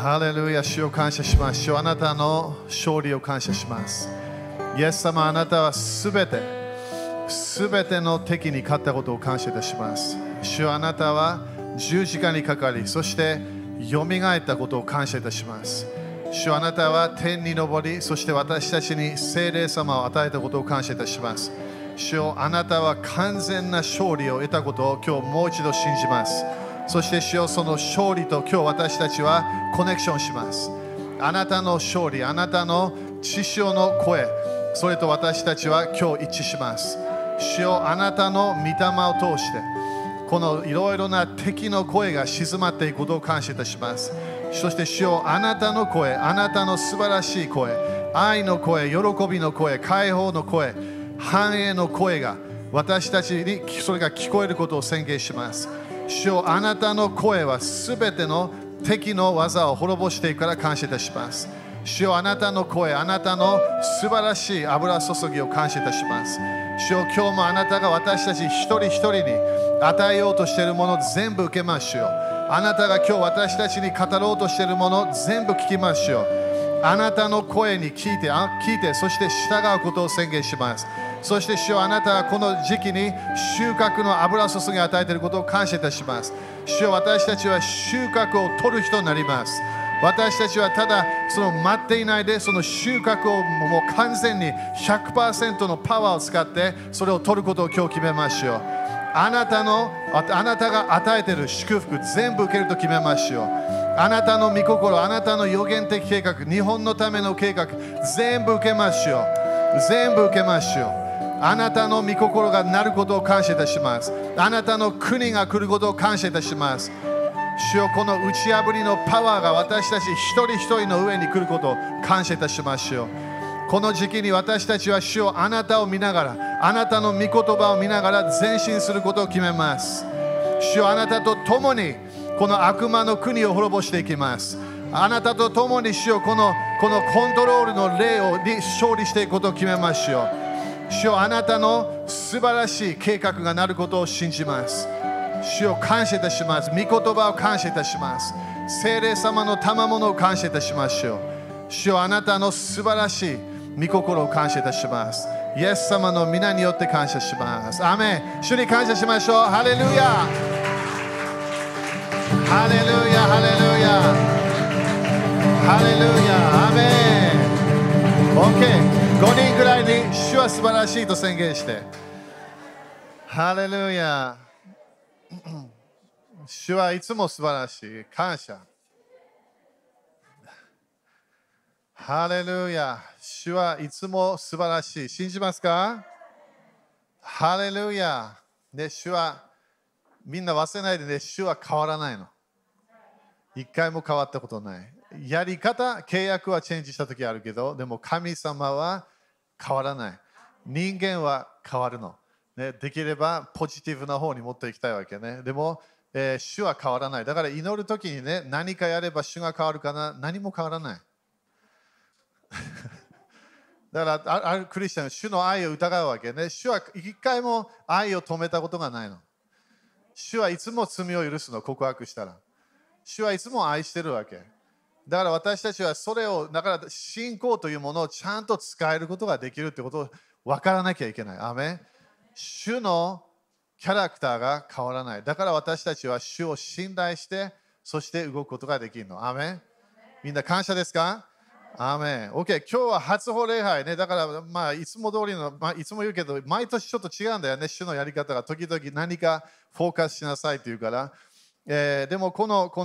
ハレルヤ、主を感謝します。主、あなたの勝利を感謝します。イエス様、あなたはすべての敵に勝ったことを感謝いたします。主、あなたは十字架にかかり、そしてよみがえったことを感謝いたします。主、あなたは天に昇り、そして私たちに聖霊様を与えたことを感謝いたします。主よ、あなたは完全な勝利を得たことを今日もう一度信じます。そして主よ、その勝利と今日私たちはコネクションします。あなたの勝利、あなたの血潮の声、それと私たちは今日一致します。主よ、あなたの御霊を通してこのいろいろな敵の声が静まっていくことを感謝いたします。そして主よ、あなたの声、あなたの素晴らしい声、愛の声、喜びの声、解放の声、繁栄の声が私たちにそれが聞こえることを宣言します。主よ、あなたの声はすべての敵の技を滅ぼしていくから感謝いたします。主よ、あなたの声、あなたの素晴らしい油注ぎを感謝いたします。主よ、今日もあなたが私たち一人一人に与えようとしているもの全部受けましょう。あなたが今日私たちに語ろうとしているもの全部聞きましょう。あなたの声に聞いて、そして従うことを宣言します。そして主よ、あなたはこの時期に収穫の油注ぎを与えていることを感謝いたします。主よ、私たちは収穫を取る人になります。私たちはただその待っていないで、その収穫をもう完全に 100% のパワーを使ってそれを取ることを今日決めましょう。あなたが与えている祝福全部受けると決めましょう。あなたの御心、あなたの予言的計画、日本のための計画全部受けましょう。全部受けましょう。あなたの御心がなることを感謝いたします。あなたの国が来ることを感謝いたします。主よ、この打ち破りのパワーが私たち一人一人の上に来ることを感謝いたしましょう。この時期に私たちは主よ、あなたを見ながら、あなたの御言葉を見ながら前進することを決めます。主よ、あなたと共にこの悪魔の国を滅ぼしていきます。あなたと共に主よ、このコントロールの霊に勝利していくことを決めましょう。主よ、あなたの素晴らしい計画がなることを信じます。主よ、感謝いたします。御言葉を感謝いたします。聖霊様の賜物を感謝いたしましょう。主よ、あなたの素晴らしい御心を感謝いたします。イエス様の皆によって感謝します。アメン。主に感謝しましょう。ハレルヤ。ハレルヤ、ハレルヤ。ハレルヤ、アメン。OK。5人ぐらいに主は素晴らしいと宣言して。ハレルヤ。主はいつも素晴らしい。感謝。ハレルヤ。主はいつも素晴らしい。信じますか？ハレルヤ。で、主はみんな忘れないでね、主は変わらないの。一回も変わったことない。やり方、契約はチェンジしたときあるけど、でも神様は変わらない。人間は変わるの。ね、できればポジティブな方に持っていきたいわけね。でも、主は変わらない。だから祈るときにね、何かやれば主が変わるかな、何も変わらない。だからあるクリスチャンは主の愛を疑うわけね。主は一回も愛を止めたことがないの。主はいつも罪を許すの、告白したら。主はいつも愛してるわけ。だから私たちはそれを、だから信仰というものをちゃんと使えることができるってことを分からなきゃいけない。アメン。主のキャラクターが変わらない。だから私たちは主を信頼して、そして動くことができるの。アメン。みんな感謝ですか？アーメン。OK。今日は初歩礼拝ね。だから、いつも通りの、いつも言うけど、毎年ちょっと違うんだよね。主のやり方が時々何かフォーカスしなさいというから。でもこの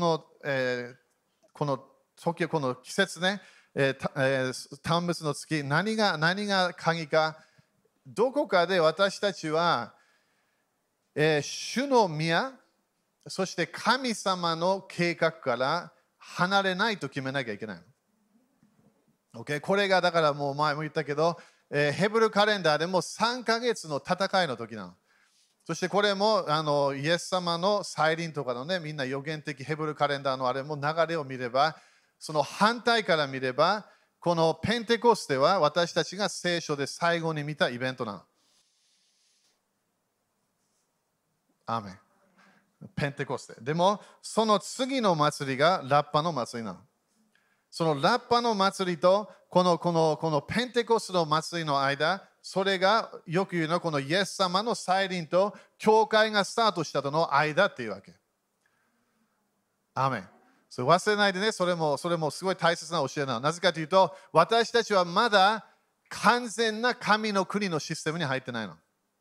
時、この季節ね、端末の月、何が鍵か、どこかで私たちは、主の宮、そして神様の計画から離れないと決めなきゃいけない。Okay? これがだからもう前も言ったけど、ヘブルカレンダーでも3ヶ月の戦いの時なの。そしてこれもイエス様の再臨とかのね、みんな予言的ヘブルカレンダーのあれも流れを見れば、その反対から見れば、このペンテコステは私たちが聖書で最後に見たイベントなの。アーメン。ペンテコステ。でも、その次の祭りがラッパの祭りなの。 そのラッパの祭りとこのペンテコステの祭りの間、それがよく言うのはこのイエス様の再臨と教会がスタートしたとの間っていうわけ。アーメン。それ忘れないでね、それもすごい大切な教えなの。なぜかというと、私たちはまだ完全な神の国のシステムに入ってないの。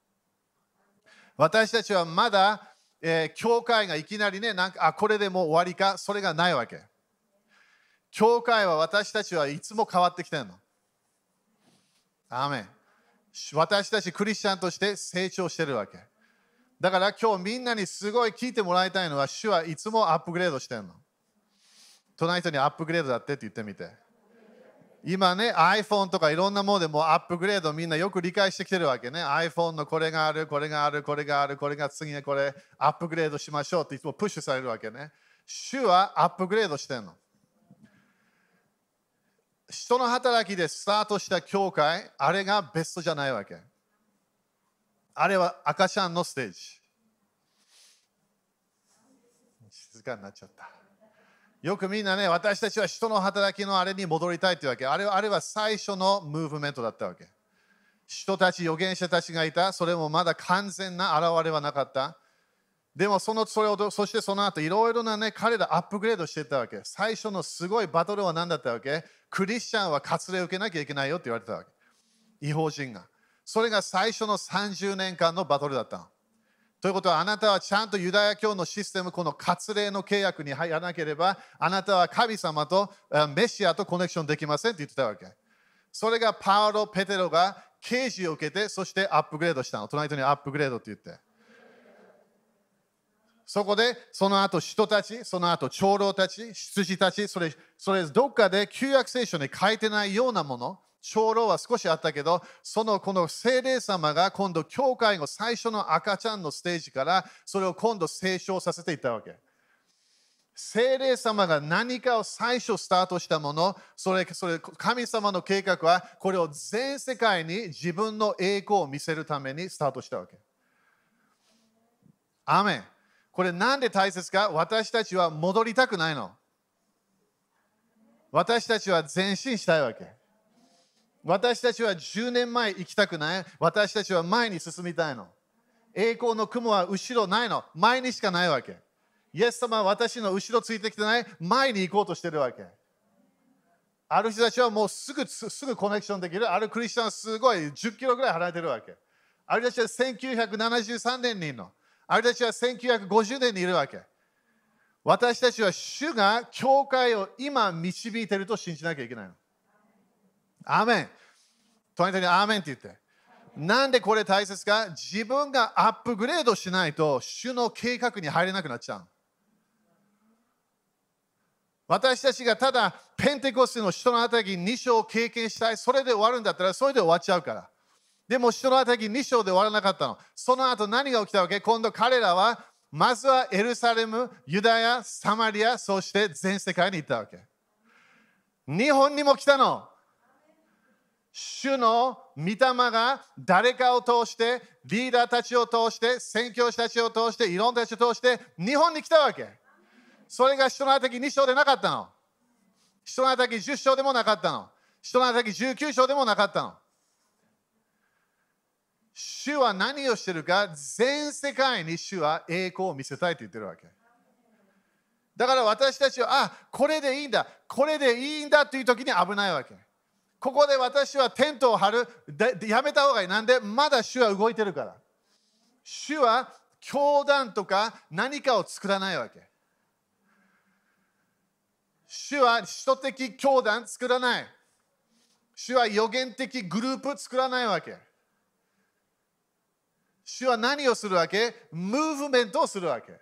私たちはまだ、教会がいきなりね、これでもう終わりか、それがないわけ。教会は私たちはいつも変わってきてるの。アーメン。私たちクリスチャンとして成長してるわけ。だから今日みんなにすごい聞いてもらいたいのは、主はいつもアップグレードしてるの。隣の人にアップグレードだってって言ってみて。今ね、iPhone とかいろんなものでもアップグレードみんなよく理解してきてるわけね。iPhone のこれがある、これがある、これがある、これが次にこれ、アップグレードしましょうっていつもプッシュされるわけね。主はアップグレードしてるの。人の働きでスタートした教会、あれがベストじゃないわけ。あれは赤ちゃんのステージ。静かになっちゃった。よくみんなね、私たちは人の働きのあれに戻りたいってわけ。あれは最初のムーブメントだったわけ。人たち、預言者たちがいた。それもまだ完全な現れはなかった。でもそしてその後いろいろなね、彼らアップグレードしていったわけ。最初のすごいバトルは何だったわけ？クリスチャンは割礼を受けなきゃいけないよって言われたわけ。違法人が。それが最初の30年間のバトルだったの。ということはあなたはちゃんとユダヤ教のシステム、この割礼の契約に入らなければ、あなたは神様とメシアとコネクションできませんって言ってたわけ。それがパウロ・ペテロが啓示を受けて、そしてアップグレードしたの。隣人にアップグレードって言って。そこで、その後人たち、その後長老たち、羊たち、それどっかで旧約聖書に書いてないようなもの、長老は少しあったけど、この聖霊様が今度、教会の最初の赤ちゃんのステージから、それを今度成長させていったわけ。聖霊様が何かを最初スタートしたもの、神様の計画は、これを全世界に自分の栄光を見せるためにスタートしたわけ。アーメン。これなんで大切か？私たちは戻りたくないの。私たちは前進したいわけ。私たちは10年前行きたくない。私たちは前に進みたいの。栄光の雲は後ろないの。前にしかないわけ。イエス様は私の後ろついてきてない。前に行こうとしてるわけ。ある人たちはもうすぐコネクションできる。あるクリスチャンはすごい10キロぐらい離れてるわけ。ある人たちは1973年にいるの。ある人たちは1950年にいるわけ。私たちは主が教会を今導いていると信じなきゃいけないの。アーメン。隣人にアーメンって言って。なんでこれ大切か？自分がアップグレードしないと主の計画に入れなくなっちゃう。私たちがただペンテコステの人の働き2章を経験したい。それで終わるんだったらそれで終わっちゃうから。でも人の働き2章で終わらなかったの。その後何が起きたわけ？今度彼らはまずはエルサレム、ユダヤ、サマリア、そして全世界に行ったわけ。日本にも来たの。主の御霊が誰かを通して、リーダーたちを通して、宣教師たちを通して、いろんな人たちを通して、日本に来たわけ。それが人の働き2章でなかったの。人の働き10章でもなかったの。人の働き19章でもなかったの。主は何をしているか、全世界に主は栄光を見せたいと言ってるわけ。だから私たちは、これでいいんだ、これでいいんだという時に危ないわけ。ここで私はテントを張る、やめた方がいい。なんで、まだ主は動いてるから。主は教団とか何かを作らないわけ。主は使徒的教団作らない。主は予言的グループ作らないわけ。主は何をするわけ？ムーブメントをするわけ。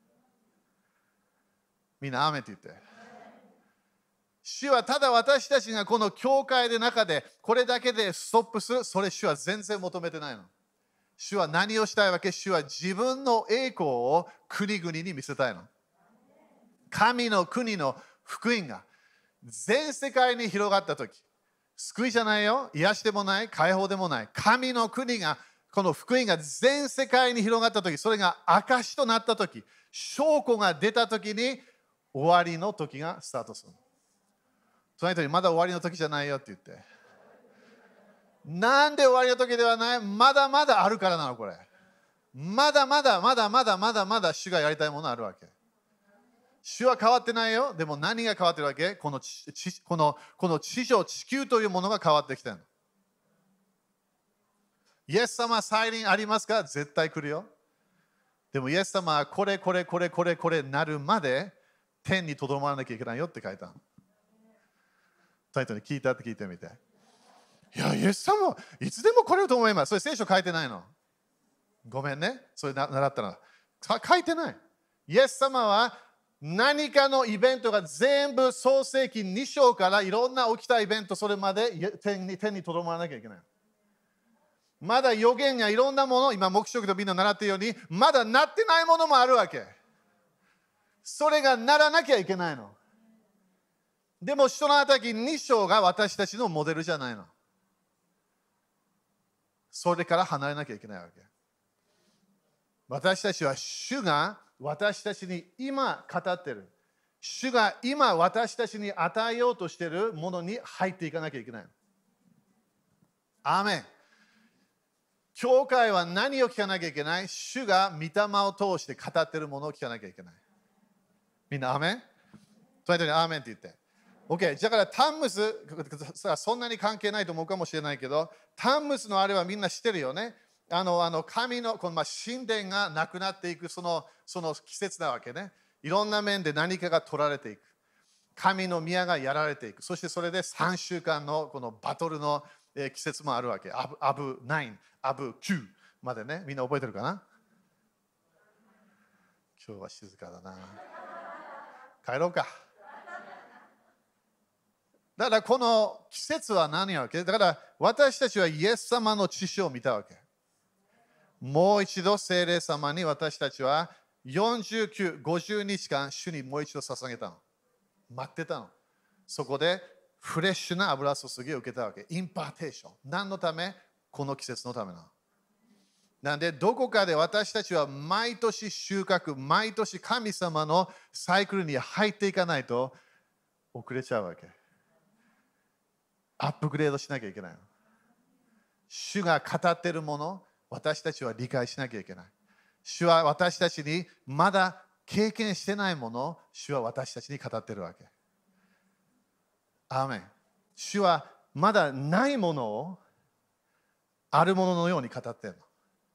みんなアーメンって言って。主はただ私たちがこの教会の中でこれだけでストップする、それ主は全然求めてないの。主は何をしたいわけ？主は自分の栄光を国々に見せたいの。神の国の福音が全世界に広がったとき、救いじゃないよ、癒しでもない、解放でもない、神の国がこの福音が全世界に広がったとき、それが証となったとき、証拠が出たときに終わりの時がスタートする。 その人にまだ終わりの時じゃないよって言って。なんで終わりの時ではない？まだまだあるからなの、これ。まだまだ主がやりたいものあるわけ。主は変わってないよ。でも何が変わってるわけ？この地上、地球というものが変わってきてるの。イエス様は再臨ありますか？絶対来るよ。でもイエス様はこれなるまで天にとどまらなきゃいけないよって書いたの。タイトルに聞いたって聞いてみて。いや、イエス様はいつでも来れると思います。それ聖書書いてないの。ごめんね。それ習ったの。書いてない。イエス様は何かのイベントが全部創世記2章からいろんな起きたイベント、それまで天にとどまらなきゃいけない。まだ予言やいろんなもの、今、黙示録とみんな習っているように、まだなってないものもあるわけ。それがならなきゃいけないの。でも、使徒の働き2章が私たちのモデルじゃないの。それから離れなきゃいけないわけ。私たちは主が私たちに今語っている。主が今私たちに与えようとしているものに入っていかなきゃいけない。アーメン。教会は何を聞かなきゃいけない？主が御霊を通して語っているものを聞かなきゃいけない。みんなアーメン？その人にアーメンって言って。OK。だからタンムス、そんなに関係ないと思うかもしれないけど、タンムスのあれはみんな知ってるよね。神の神殿がなくなっていくその季節なわけね。いろんな面で何かが取られていく。神の宮がやられていく。そしてそれで3週間のこのバトルの季節もあるわけ。アブ9、アブ9までね。みんな覚えてるかな？今日は静かだな。帰ろうか。だからこの季節は何わけ？だから私たちはイエス様の血潮を見たわけ。もう一度聖霊様に私たちは49、50日間主にもう一度捧げたの。待ってたの。そこでフレッシュな油注ぎを受けたわけ。インパーテーション。何のため？この季節のためなの。なんでどこかで私たちは毎年収穫、毎年神様のサイクルに入っていかないと遅れちゃうわけ。アップグレードしなきゃいけないの。主が語っているもの、私たちは理解しなきゃいけない。主は私たちにまだ経験してないものを主は私たちに語っているわけ。アーメン。主はまだないものをあるもののように語っているの。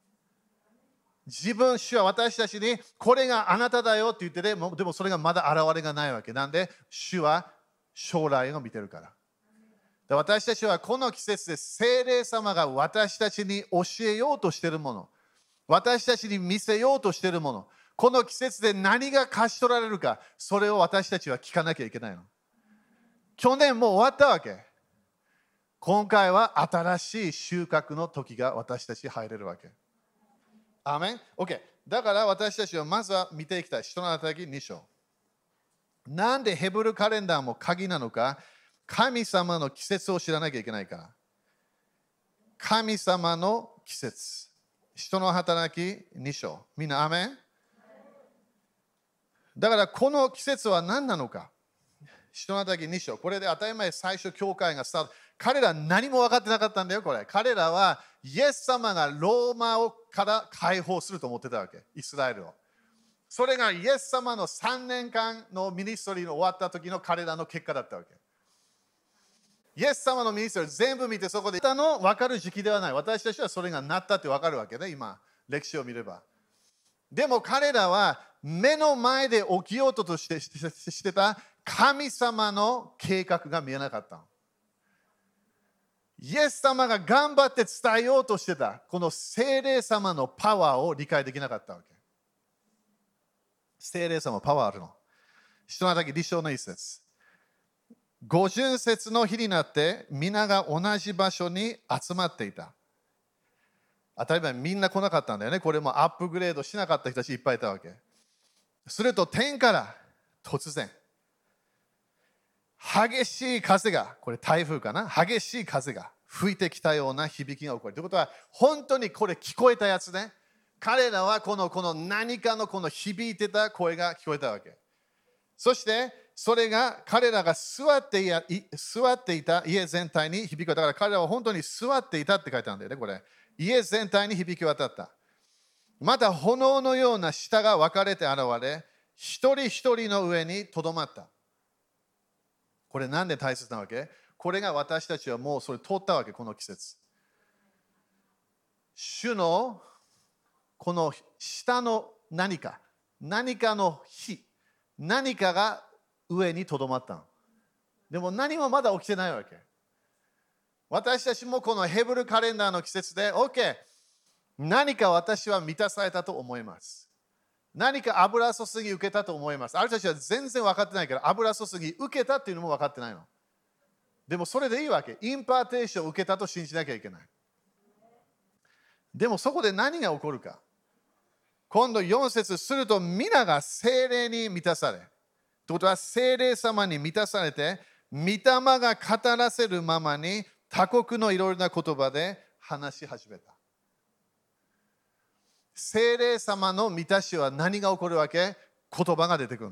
主は私たちにこれがあなただよって言ってでもそれがまだ現れがないわけ。なんで主は将来を見てるから。私たちはこの季節で聖霊様が私たちに教えようとしているもの、私たちに見せようとしているもの、この季節で何が勝ち取られるか、それを私たちは聞かなきゃいけないの。去年もう終わったわけ。今回は新しい収穫の時が私たち入れるわけ。アーメン？ OK。だから私たちはまずは見ていきたい。使徒の働き2章。なんでヘブルカレンダーも鍵なのか、神様の季節を知らなきゃいけないから。神様の季節。人の働き2章。みんなアーメン？だからこの季節は何なのか。人の働き2章。これで当たり前最初教会がスタート。彼ら何も分かってなかったんだよ、これ。彼らはイエス様がローマから解放すると思ってたわけ。イスラエルを。それがイエス様の3年間のミニストリーの終わった時の彼らの結果だったわけ。イエス様のミニストリー全部見てそこで分かる時期ではない。私たちはそれがなったって分かるわけね、今、歴史を見れば。でも彼らは目の前で起きようとしてた神様の計画が見えなかった。イエス様が頑張って伝えようとしてたこの聖霊様のパワーを理解できなかったわけ。聖霊様パワーあるの。使徒の働き2章の1節。五巡節の日になって皆が同じ場所に集まっていた。当たり前みんな来なかったんだよね。これもアップグレードしなかった人たちいっぱいいたわけ。すると天から突然激しい風が、これ台風かな、激しい風が吹いてきたような響きが起こる。ということは本当にこれ聞こえたやつね。彼らはこの何かのこの響いてた声が聞こえたわけ。そしてそれが彼らが座っていた家全体に響き渡った。だから彼らは本当に座っていたって書いてあるんだよね、これ。家全体に響き渡った。また炎のような舌が分かれて現れ、一人一人の上にとどまった。これなんで大切なわけ？これが私たちはもうそれ通ったわけ、この季節。主のこの下の何かの火、何かが上にとどまったの。でも何もまだ起きてないわけ。私たちもこのヘブルカレンダーの季節で、OK、何か私は満たされたと思います。何か油注ぎ受けたと思います。ある人たちは全然分かってないから、油注ぎ受けたっていうのも分かってないの。でもそれでいいわけ。インパーテーションを受けたと信じなきゃいけない。でもそこで何が起こるか。今度4節すると皆が聖霊に満たされ。ということは聖霊様に満たされて、御霊が語らせるままに他国のいろいろな言葉で話し始めた。聖霊様の満たしは何が起こるわけ？言葉が出てくるの。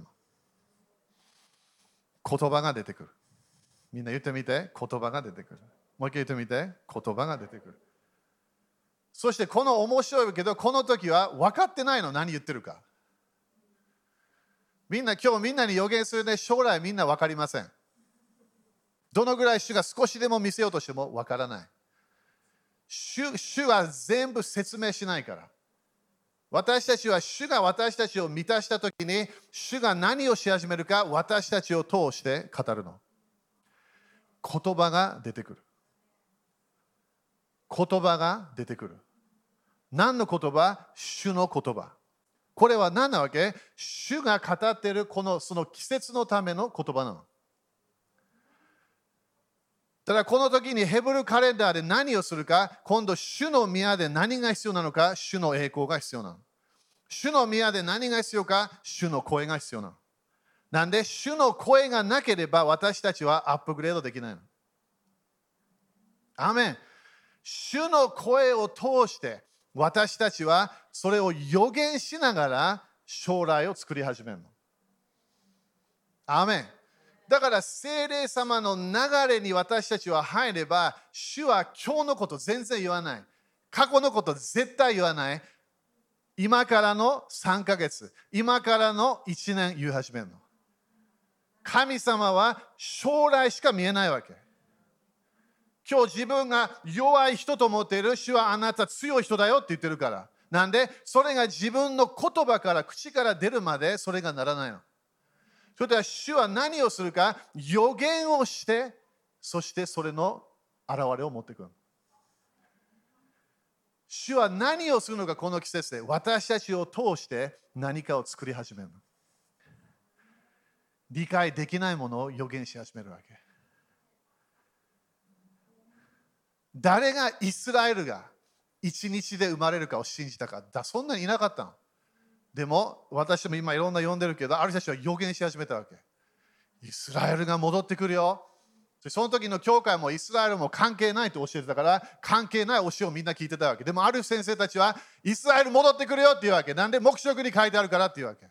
言葉が出てくる。みんな言ってみて、言葉が出てくる。もう一回言ってみて、言葉が出てくる。そしてこの面白いけど、この時は分かってないの、何言ってるか。みんな今日みんなに予言するね、将来みんな分かりません。どのぐらい主が少しでも見せようとしても分からない。主は全部説明しないから。私たちは主が私たちを満たしたときに、主が何をし始めるか、私たちを通して語るの。言葉が出てくる。言葉が出てくる。何の言葉？主の言葉。これは何なわけ？主が語っているその季節のための言葉なの。ただこの時にヘブルカレンダーで何をするか、今度主の宮で何が必要なのか、主の栄光が必要なの。主の宮で何が必要か、主の声が必要なの。なんで主の声がなければ私たちはアップグレードできないの。アーメン。主の声を通して私たちはそれを予言しながら将来を作り始めるの。アーメン。だから聖霊様の流れに私たちは入れば、主は今日のこと全然言わない。過去のこと絶対言わない。今からの3ヶ月、今からの1年言い始めるの。神様は将来しか見えないわけ。今日自分が弱い人と思っている、主はあなた強い人だよって言ってるから。なんで、それが自分の言葉から口から出るまでそれがならないの。それでは主は何をするか、予言をして、そしてそれの現れを持ってくる。主は何をするのか、この季節で私たちを通して何かを作り始めるの。理解できないものを予言し始めるわけ。誰がイスラエルが一日で生まれるかを信じたか、そんなにいなかったの。でも私も今いろんな読んでるけど、ある人たちは予言し始めたわけ。イスラエルが戻ってくるよ。その時の教会もイスラエルも関係ないと教えてたから、関係ない教えをみんな聞いてたわけ。でもある先生たちはイスラエル戻ってくるよって言うわけ。なんで？黙示録に書いてあるからって言うわけ。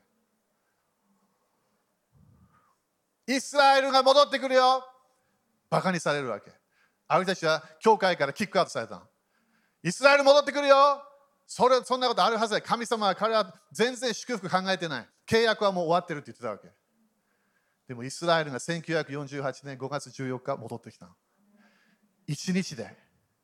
イスラエルが戻ってくるよ。バカにされるわけ。ある人たちは教会からキックアウトされたの。イスラエル戻ってくるよ。そんなことあるはずだ。神様は彼は全然祝福考えてない。契約はもう終わってるって言ってたわけ。でもイスラエルが1948年5月14日戻ってきたの。1日で。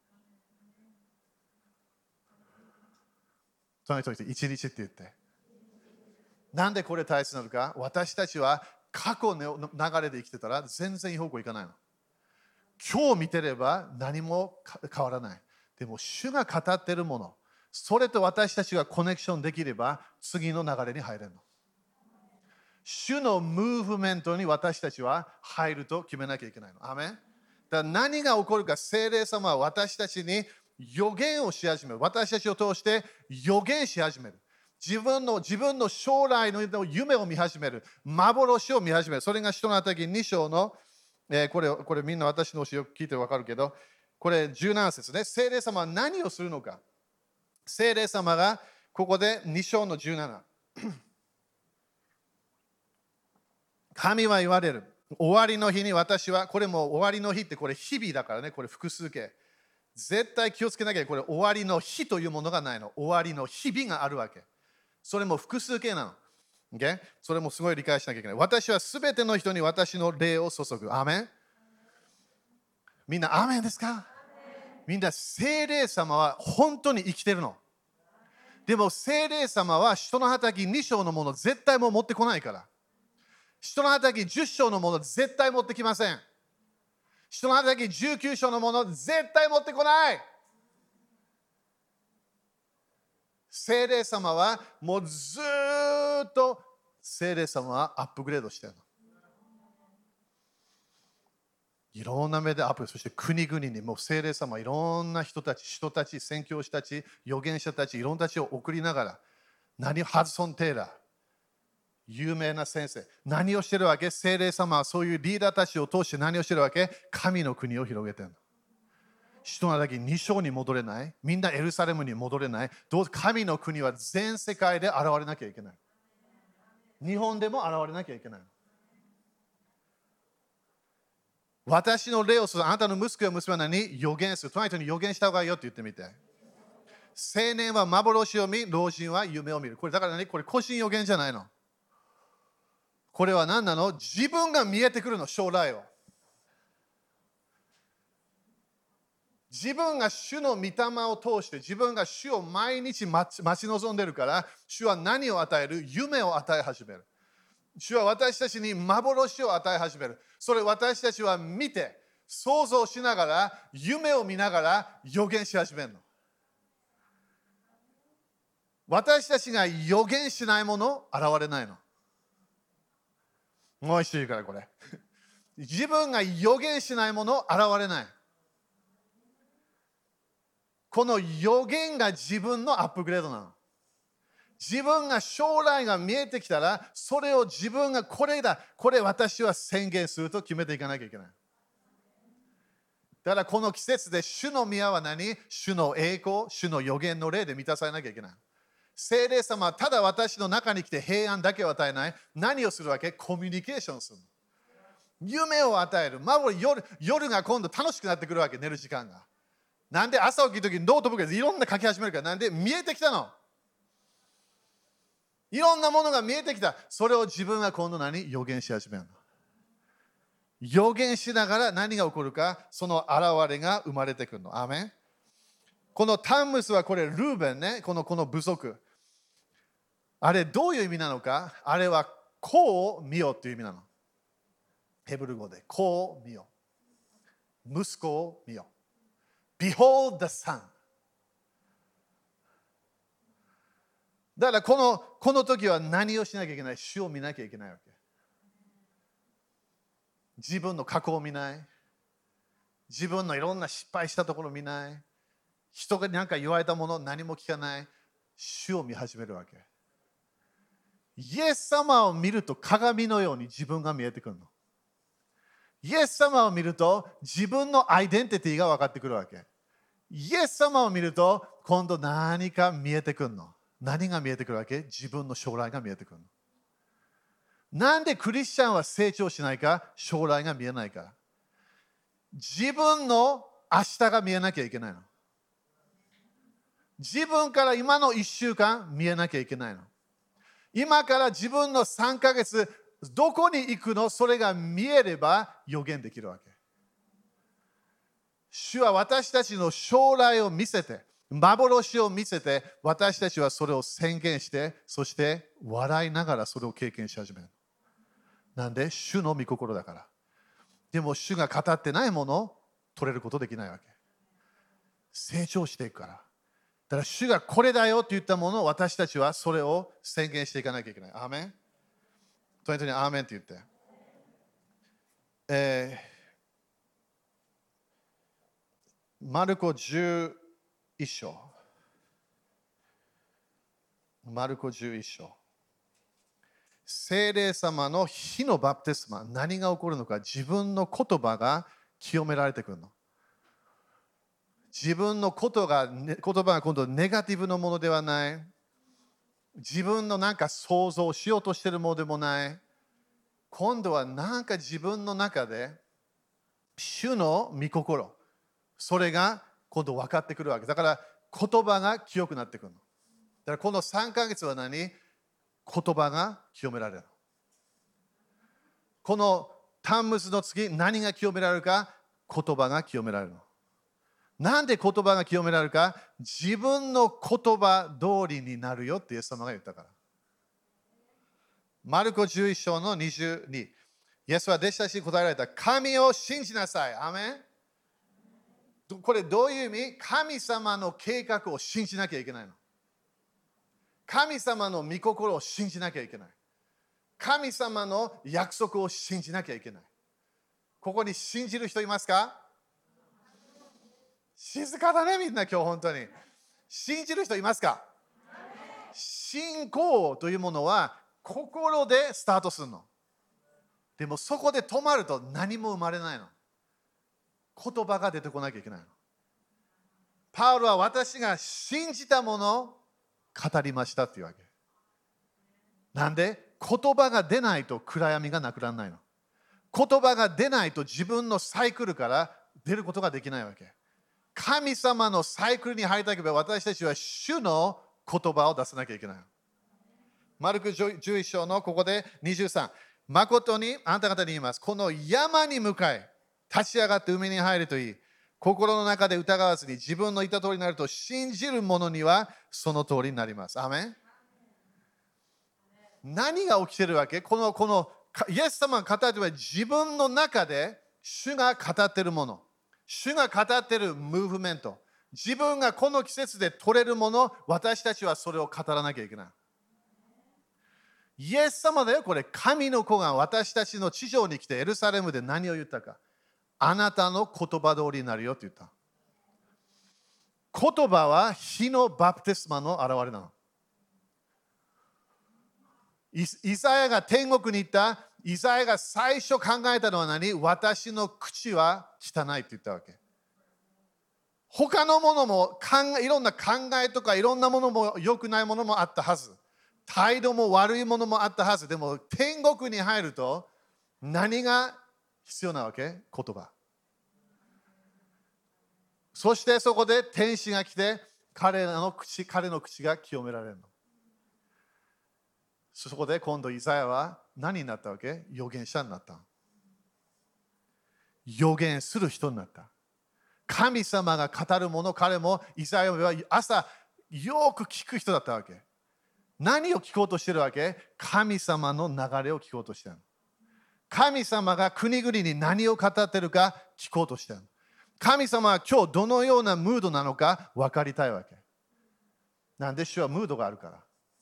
その人に1日って言って。なんでこれ大切なのか？私たちは過去の流れで生きてたら全然いい方向行かないの。今日見てれば何も変わらない。でも主が語っているもの、それと私たちがコネクションできれば次の流れに入れるの。主のムーブメントに私たちは入ると決めなきゃいけないの。アメン。だから何が起こるか、聖霊様は私たちに予言をし始める。私たちを通して予言し始める。自分の将来の夢を見始める。幻を見始める。それが使徒の働き2章の、これみんな私の教えを聞いて分かるけど、これ17節ね。聖霊様は何をするのか。聖霊様がここで2章の17。 神は言われる。終わりの日に私は、これも終わりの日ってこれ日々だからね、これ複数形。絶対気をつけなきゃいけない。これ終わりの日というものがないの。終わりの日々があるわけ。それも複数形なの。Okay? それもすごい理解しなきゃいけない。私はすべての人に私の霊を注ぐ。アーメン。みんなアーメンですか？みんな聖霊様は本当に生きてるの。でも聖霊様は使徒の働き2章のもの絶対もう持ってこないから。使徒の働き10章のもの絶対持ってきません。使徒の働き19章のもの絶対持ってこない。聖霊様はもうずっと聖霊様はアップグレードしてるの。いろんな目でアップ、そして国々にもう聖霊様はいろんな人たち、宣教師たち、預言者たち、いろんな人たちを送りながら、ハドソン・テイラー、有名な先生、何をしてるわけ？聖霊様はそういうリーダーたちを通して何をしてるわけ？神の国を広げてるの。人のだけ2章に戻れない。みんなエルサレムに戻れない。神の国は全世界で現れなきゃいけない。日本でも現れなきゃいけない。私の霊を注ぐ。あなたの息子や娘は何？預言する。隣人に預言した方がいいよって言ってみて。青年は幻を見、老人は夢を見る。これだから何？これ個人預言じゃないの。これは何なの？自分が見えてくるの、将来を。自分が主の御霊を通して、自分が主を毎日待ち望んでるから、主は何を与える？夢を与え始める。主は私たちに幻を与え始める。それ私たちは見て、想像しながら、夢を見ながら予言し始めるの。私たちが予言しないもの、現れないの。もう一度言うからこれ。自分が予言しないもの、現れない。この予言が自分のアップグレードなの。自分が将来が見えてきたら、それを自分がこれだ、これ私は宣言すると決めていかなきゃいけない。だからこの季節で主の宮は何？主の栄光、主の予言の霊で満たされなきゃいけない。聖霊様はただ私の中に来て平安だけを与えない。何をするわけ？コミュニケーションする。夢を与える。夜が今度楽しくなってくるわけ、寝る時間が。なんで朝起きるときにノートブックでいろんな書き始めるから。なんで見えてきたの。いろんなものが見えてきた。それを自分は今度予言し始めるの。予言しながら何が起こるか、その現れが生まれてくるの。アーメン。このタンムスはこれルーベンね、この部族。あれどういう意味なのか？あれは子を見よという意味なの。ヘブル語で子を見よ。息子を見よ。Behold the son。だからこの時は何をしなきゃいけない？主を見なきゃいけないわけ。自分の過去を見ない。自分のいろんな失敗したところを見ない。人が何か言われたものを何も聞かない。主を見始めるわけ。イエス様を見ると鏡のように自分が見えてくるの。イエス様を見ると自分のアイデンティティが分かってくるわけ。イエス様を見ると今度何か見えてくるの。何が見えてくるわけ？自分の将来が見えてくるの。なんでクリスチャンは成長しないか？将来が見えないから。自分の明日が見えなきゃいけないの。自分から今の1週間見えなきゃいけないの。今から自分の3ヶ月どこに行くの？それが見えれば予言できるわけ。主は私たちの将来を見せて、幻を見せて、私たちはそれを宣言して、そして笑いながらそれを経験し始める。なんで主の御心だから。でも主が語ってないものを取れることできないわけ。成長していくから。だから主がこれだよと言ったものを私たちはそれを宣言していかなきゃいけない。アーメン。とにかくアーメンって言って。マルコ11章。マルコ11章。聖霊様の火のバプテスマ、何が起こるのか、自分の言葉が清められてくるの。自分の言葉が今度ネガティブなものではない。自分のなんか想像しようとしているものでもない。 今度はなんか自分の中で主の御心、それが今度分かってくるわけ。だから言葉が清くなってくるの。だからこの3ヶ月は何？言葉が清められる。このタンムスの次、何が清められるか？言葉が清められるの。なんで言葉が清められるか？自分の言葉通りになるよってイエス様が言ったから。マルコ11章の22。イエスは弟子たちに答えられた。神を信じなさい。アメン。これどういう意味？神様の計画を信じなきゃいけないの。神様の御心を信じなきゃいけない。神様の約束を信じなきゃいけない。ここに信じる人いますか？静かだね、みんな今日本当に。信じる人いますか？信仰というものは心でスタートするの。でもそこで止まると何も生まれないの。言葉が出てこなきゃいけないの。パウロは私が信じたものを語りましたっていうわけ。なんで言葉が出ないと暗闇がなくならないの。言葉が出ないと自分のサイクルから出ることができないわけ。神様のサイクルに入りたければ私たちは主の言葉を出さなきゃいけない。マルク11章のここで23。誠にあなた方に言います。この山に向かい、立ち上がって海に入るといい。心の中で疑わずに自分の言った通りになると信じる者にはその通りになります。アメン。何が起きてるわけ？このイエス様が語っているのは自分の中で主が語っているもの。主が語っているムーブメント。自分がこの季節で取れるもの、私たちはそれを語らなきゃいけない。イエス様だよ、これ。神の子が私たちの地上に来てエルサレムで何を言ったか。あなたの言葉通りになるよって言った。言葉は火のバプテスマの現れなの。イザヤが天国に行った。イザヤが最初考えたのは何？私の口は汚いって言ったわけ。他のものもいろんな考えとかいろんなものも良くないものもあったはず。態度も悪いものもあったはず。でも天国に入ると何が必要なわけ？言葉。そしてそこで天使が来て彼の口が清められるの。そこで今度イザヤは何になったわけ？預言者になった。預言する人になった。神様が語るもの、彼もイザヤは朝よく聞く人だったわけ。何を聞こうとしてるわけ？神様の流れを聞こうとしてる。神様が国々に何を語ってるか聞こうとしてる。神様は今日どのようなムードなのか分かりたいわけ。なんで主はムードがあるから。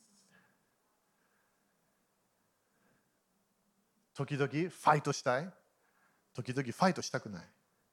時々ファイトしたい。時々ファイトしたくない。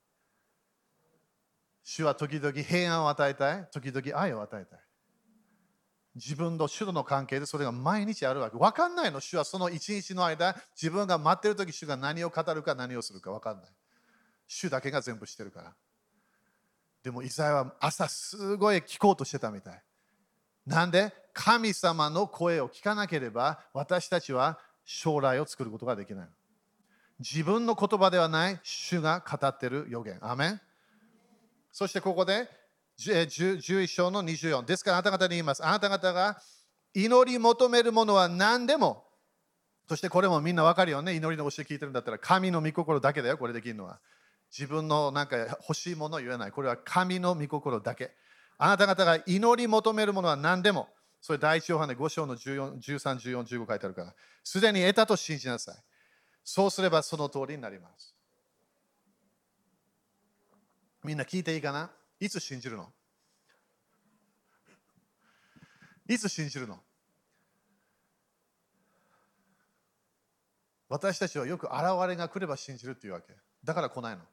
主は時々平安を与えたい。時々愛を与えたい。自分と主との関係でそれが毎日あるわけ。分かんないの。主はその一日の間、自分が待っているとき、主が何を語るか何をするか分かんない。主だけが全部してるから。でもイザヤは朝すごい聞こうとしてたみたい。なんで神様の声を聞かなければ私たちは将来を作ることができない。自分の言葉ではない主が語っている予言。アーメン。そしてここで11章の24。ですからあなた方に言います。あなた方が祈り求めるものは何でも。そしてこれもみんな分かるよね。祈りの教え聞いてるんだったら神の御心だけだよ。これできるのは。自分のなんか欲しいものを言えない。これは神の御心だけ。あなた方が祈り求めるものは何でも。それ第一ヨハネ5章の13、14、15書いてあるから。すでに得たと信じなさい。そうすればその通りになります。みんな聞いていいかな？いつ信じるの？いつ信じるの？私たちはよく現れが来れば信じるっていうわけ。だから来ないの。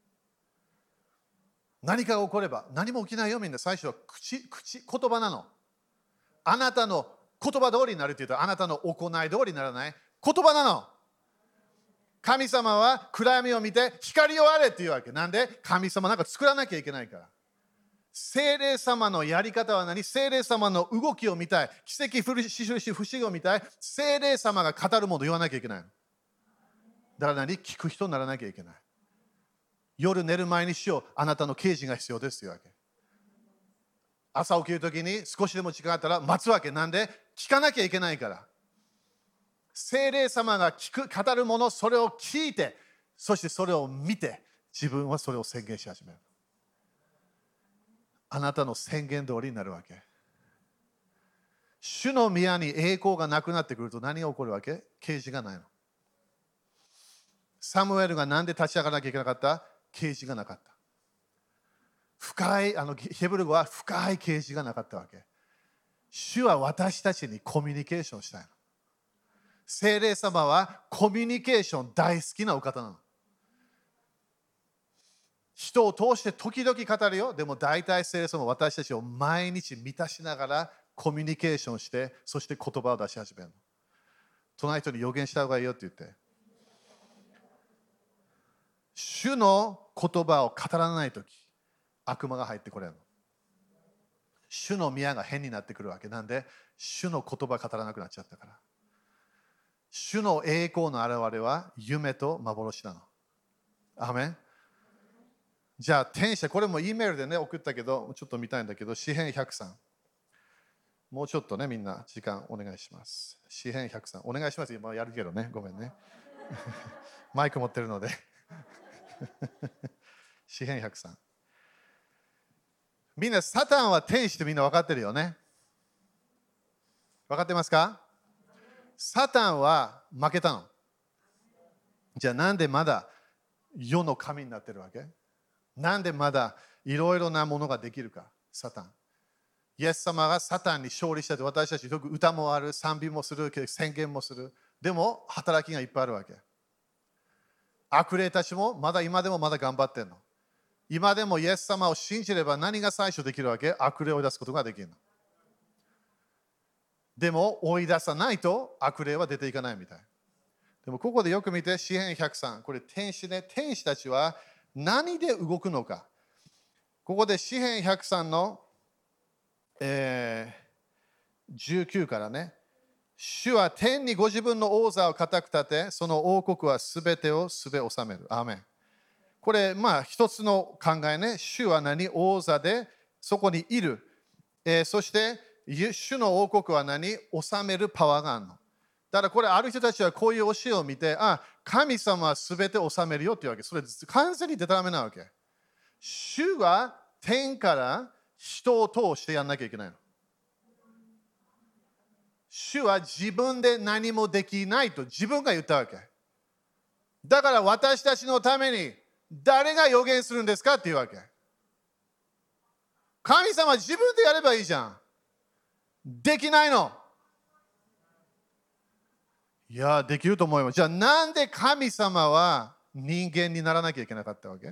何かが起これば、何も起きないよみんな。最初は言葉なの。あなたの言葉通りになるって言うと、あなたの行い通りにならない。言葉なの。神様は暗闇を見て光をあれっていうわけ。なんで神様なんか作らなきゃいけないから。聖霊様のやり方は何？聖霊様の動きを見たい。奇跡、不思議を見たい。聖霊様が語るものを言わなきゃいけないの。 だから聞く人にならなきゃいけない。夜寝る前に主よ、あなたの啓示が必要ですというわけ。朝起きるときに少しでも時間があったら待つわけ。なんで聞かなきゃいけないから。聖霊様が語るもの、それを聞いて、そしてそれを見て、自分はそれを宣言し始める。あなたの宣言通りになるわけ。主の宮に栄光がなくなってくると何が起こるわけ？啓示がないの。サムエルがなんで立ち上がらなきゃいけなかった？啓示がなかった。深い、ヘブル語は深い啓示がなかったわけ。主は私たちにコミュニケーションしたいの。聖霊様はコミュニケーション大好きなお方なの。人を通して時々語るよ。でも大体聖霊様は私たちを毎日満たしながらコミュニケーションして、そして言葉を出し始めるの。隣の人に予言した方がいいよって言って。主の言葉を語らないとき、悪魔が入ってこれるの。主の宮が変になってくるわけなんで、主の言葉語らなくなっちゃったから。主の栄光の現れは夢と幻なの。アーメン。じゃあ、天使、これも E メールでね、送ったけど、ちょっと見たいんだけど、詩編103。もうちょっとね、みんな時間お願いします。詩編103。お願いします。今やるけどね、ごめんね。マイク持ってるので。詩編103。みんな、サタンは天使ってみんな分かってるよね。分かってますか？サタンは負けたの。じゃあなんでまだ世の神になってるわけ？なんでまだいろいろなものができるか？サタン。イエス様がサタンに勝利したと私たちよく歌もある、賛美もする、宣言もする。でも働きがいっぱいあるわけ。悪霊たちも今でもまだ頑張ってるの。今でもイエス様を信じれば何が最初できるわけ？悪霊を追い出すことができるの。でも追い出さないと悪霊は出ていかないみたい。でもここでよく見て、詩編103。これ天使ね。天使たちは何で動くのか。ここで詩編103の、19からね。主は天にご自分の王座を固く立て、その王国はすべてをすべ治める。アーメン。これ、一つの考えね。主は何？王座でそこにいる。そして、主の王国は何？治めるパワーがあるの。だからこれ、ある人たちはこういう教えを見て、神様はすべて治めるよっていうわけ。それ、完全にデタラメなわけ。主は天から人を通してやんなきゃいけないの。主は自分で何もできないと自分が言ったわけ。だから私たちのために誰が予言するんですかっていうわけ。神様は自分でやればいいじゃん。できないの。いや、できると思います。じゃあなんで神様は人間にならなきゃいけなかったわけ？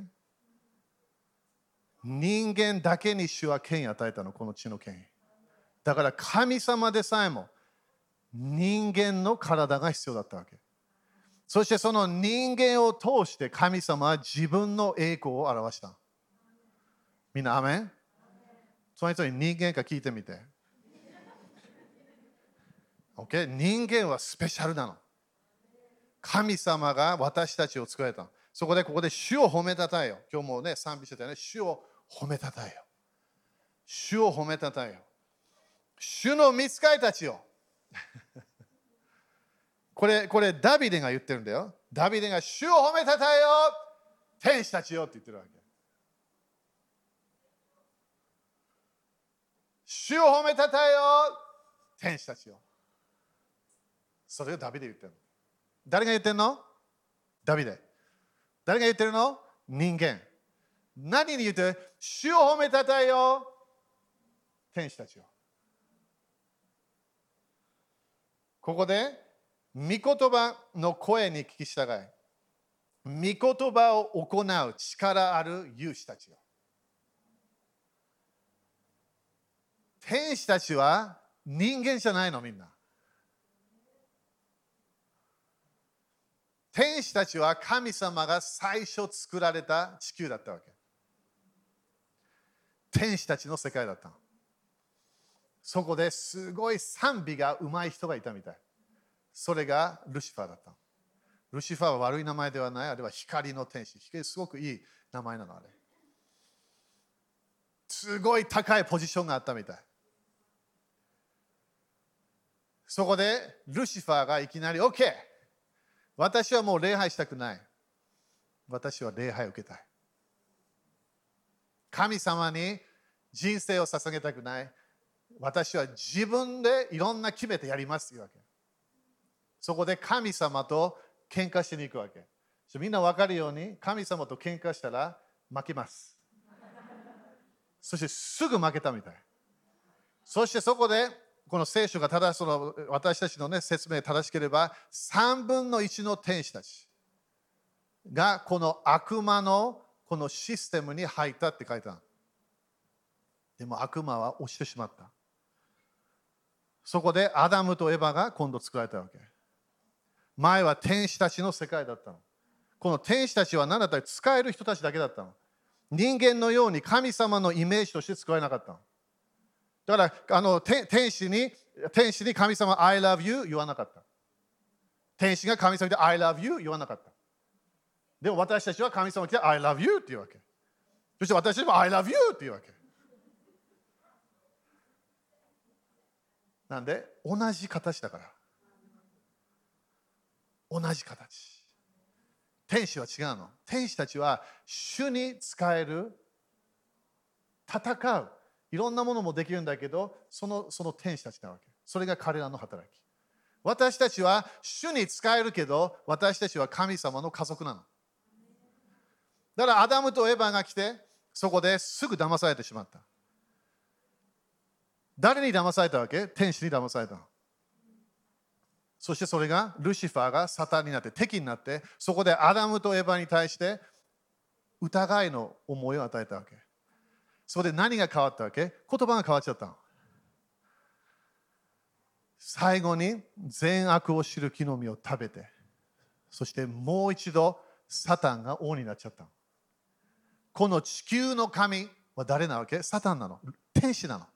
人間だけに主は権威を与えたの、この地の権威。だから神様でさえも人間の体が必要だったわけ。そしてその人間を通して神様は自分の栄光を表した。みんなアメン？その人に人間か聞いてみて。Okay? 人間はスペシャルなの。神様が私たちを作られた。そこでここで主を褒めたたえよ。今日もね、賛美してたよね。主を褒めたたえよ。主を褒めたたえよ。主の御使いたちよ。これダビデが言ってるんだよ。ダビデが主を褒めたたえよ。天使たちよって言ってるわけ。主を褒めたたえよ。天使たちよ。それをダビデ言ってるの。誰が言ってるの？ダビデ。誰が言ってるの？人間。何に言ってる？主を褒めたたえよ。天使たちよ。ここで、御言葉の声に聞き従い、御言葉を行う力ある勇士たちよ。天使たちは人間じゃないの、みんな。天使たちは神様が最初作られた地球だったわけ。天使たちの世界だったの。そこですごい賛美が上手い人がいたみたい。それがルシファーだったの。 ルシファーは悪い名前ではない。あれは光の天使。すごくいい名前なの、あれ。すごい高いポジションがあったみたい。そこでルシファーがいきなり OK。私はもう礼拝したくない。私は礼拝を受けたい。神様に人生を捧げたくない。私は自分でいろんな決めてやりますというわけ。そこで神様と喧嘩しに行くわけ。みんな分かるように神様と喧嘩したら負けます。そしてすぐ負けたみたい。そしてそこでこの聖書が私たちの、説明正しければ3分の1の天使たちがこの悪魔のこのシステムに入ったって書いてある。でも悪魔は落ちてしまった。そこでアダムとエバが今度作られたわけ。前は天使たちの世界だったの。この天使たちは何だったら使える人たちだけだったの。人間のように神様のイメージとして使えなかったの。だから天使に神様 I love you 言わなかった。天使が神様で I love you 言わなかった。でも私たちは神様に来て I love you って言うわけ。そして私たちも I love you って言うわけ。なんで同じ形だから。同じ形。天使は違うの。天使たちは主に使える、戦う、いろんなものもできるんだけど、その天使たちなわけ。それが彼らの働き。私たちは主に使えるけど、私たちは神様の家族なの。だからアダムとエバが来て、そこですぐ騙されてしまった。誰に騙されたわけ？天使に騙されたの。そしてそれがルシファーがサタンになって敵になって、そこでアダムとエバに対して疑いの思いを与えたわけ。そこで何が変わったわけ？言葉が変わっちゃったの。最後に善悪を知る木の実を食べて、そしてもう一度サタンが王になっちゃったの。この地球の神は誰なわけ？サタンなの。天使なの。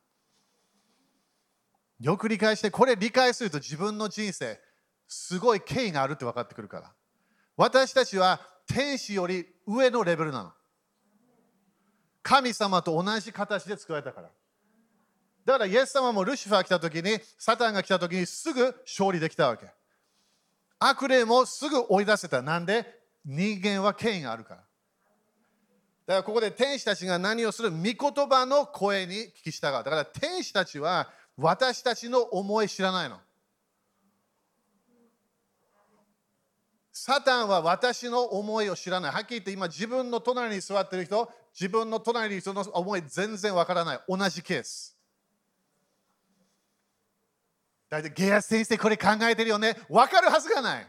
よく理解して、これ理解すると自分の人生、すごい権威があるって分かってくるから。私たちは天使より上のレベルなの。神様と同じ形で作られたから。だからイエス様もルシファー来た時に、サタンが来た時にすぐ勝利できたわけ。悪霊もすぐ追い出せた。なんで？人間は権威があるから。だからここで天使たちが何をする？御言葉の声に聞き従う。だから天使たちは私たちの思い知らないの。サタンは私の思いを知らない。はっきり言って今自分の隣に座っている人、自分の隣にいる人の思い全然わからない。同じケース。だいたいゲア先生これ考えてるよね。わかるはずがない。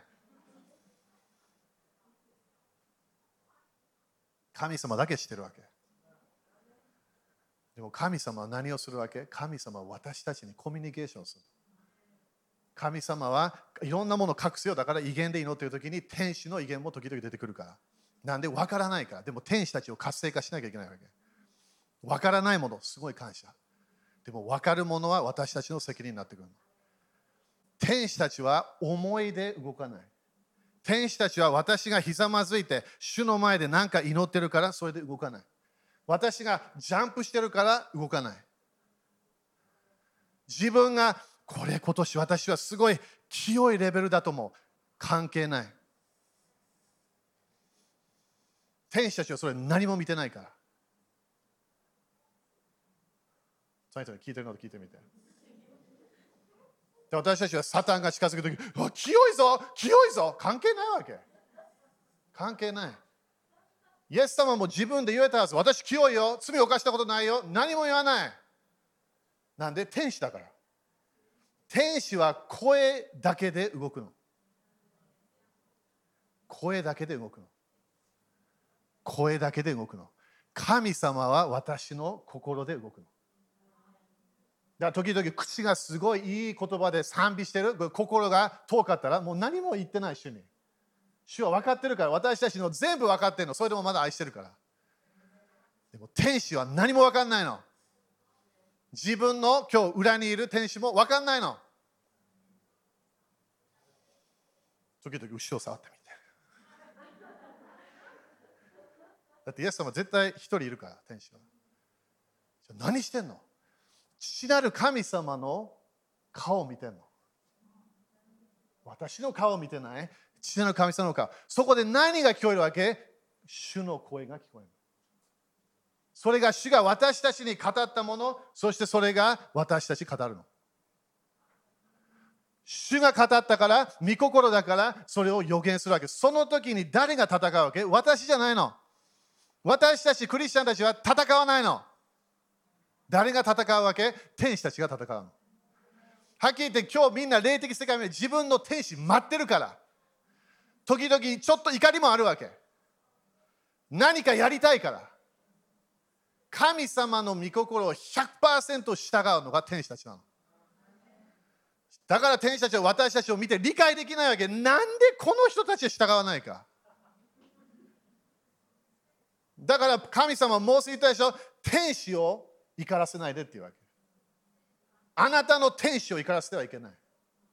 神様だけ知ってるわけ。でも神様は何をするわけ？神様は私たちにコミュニケーションする。神様はいろんなものを隠すよ。だから威厳で祈っているときに天使の威厳も時々出てくるから。なんで分からないから。でも天使たちを活性化しなきゃいけないわけ。分からないもの、すごい感謝。でも分かるものは私たちの責任になってくる。天使たちは思いで動かない。天使たちは私がひざまずいて主の前で何か祈ってるからそれで動かない。私がジャンプしてるから動かない。自分がこれ今年私はすごい清いレベルだと思う。関係ない。天使たちはそれ何も見てないから。その人に聞いてるのと聞いてみて。で私たちはサタンが近づくとき、清いぞ清いぞ関係ないわけ。関係ない。イエス様も自分で言えたはず。私清いよ。罪を犯したことないよ。何も言わない。なんで天使だから。天使は声だけで動くの。声だけで動くの。声だけで動くの。神様は私の心で動くの。だから時々口がすごいいい言葉で賛美してる。心が遠かったらもう何も言ってない主に。主は分かってるから。私たちの全部分かってるの。それでもまだ愛してるから。でも天使は何も分かんないの。自分の今日裏にいる天使も分かんないの。時々後ろを触ってみて。 だってイエス様は絶対一人いるから、天使は。じゃあ何してんの？父なる神様の顔を見てんの。私の顔を見てない？父なる神様の顔。そこで何が聞こえるわけ？主の声が聞こえる。それが主が私たちに語ったもの、そしてそれが私たち語るの。主が語ったから、御心だから、それを予言するわけ。その時に誰が戦うわけ？私じゃないの。私たちクリスチャンたちは戦わないの。誰が戦うわけ？天使たちが戦うの。はっきり言って今日みんな霊的世界で自分の天使待ってるから。時々ちょっと怒りもあるわけ。何かやりたいから。神様の御心を 100% 従うのが天使たちなの。だから天使たちは私たちを見て理解できないわけ。なんでこの人たちは従わないか。だから神様はもうすぐ言ったでしょ。天使を怒らせないでっていうわけ。あなたの天使を怒らせてはいけない。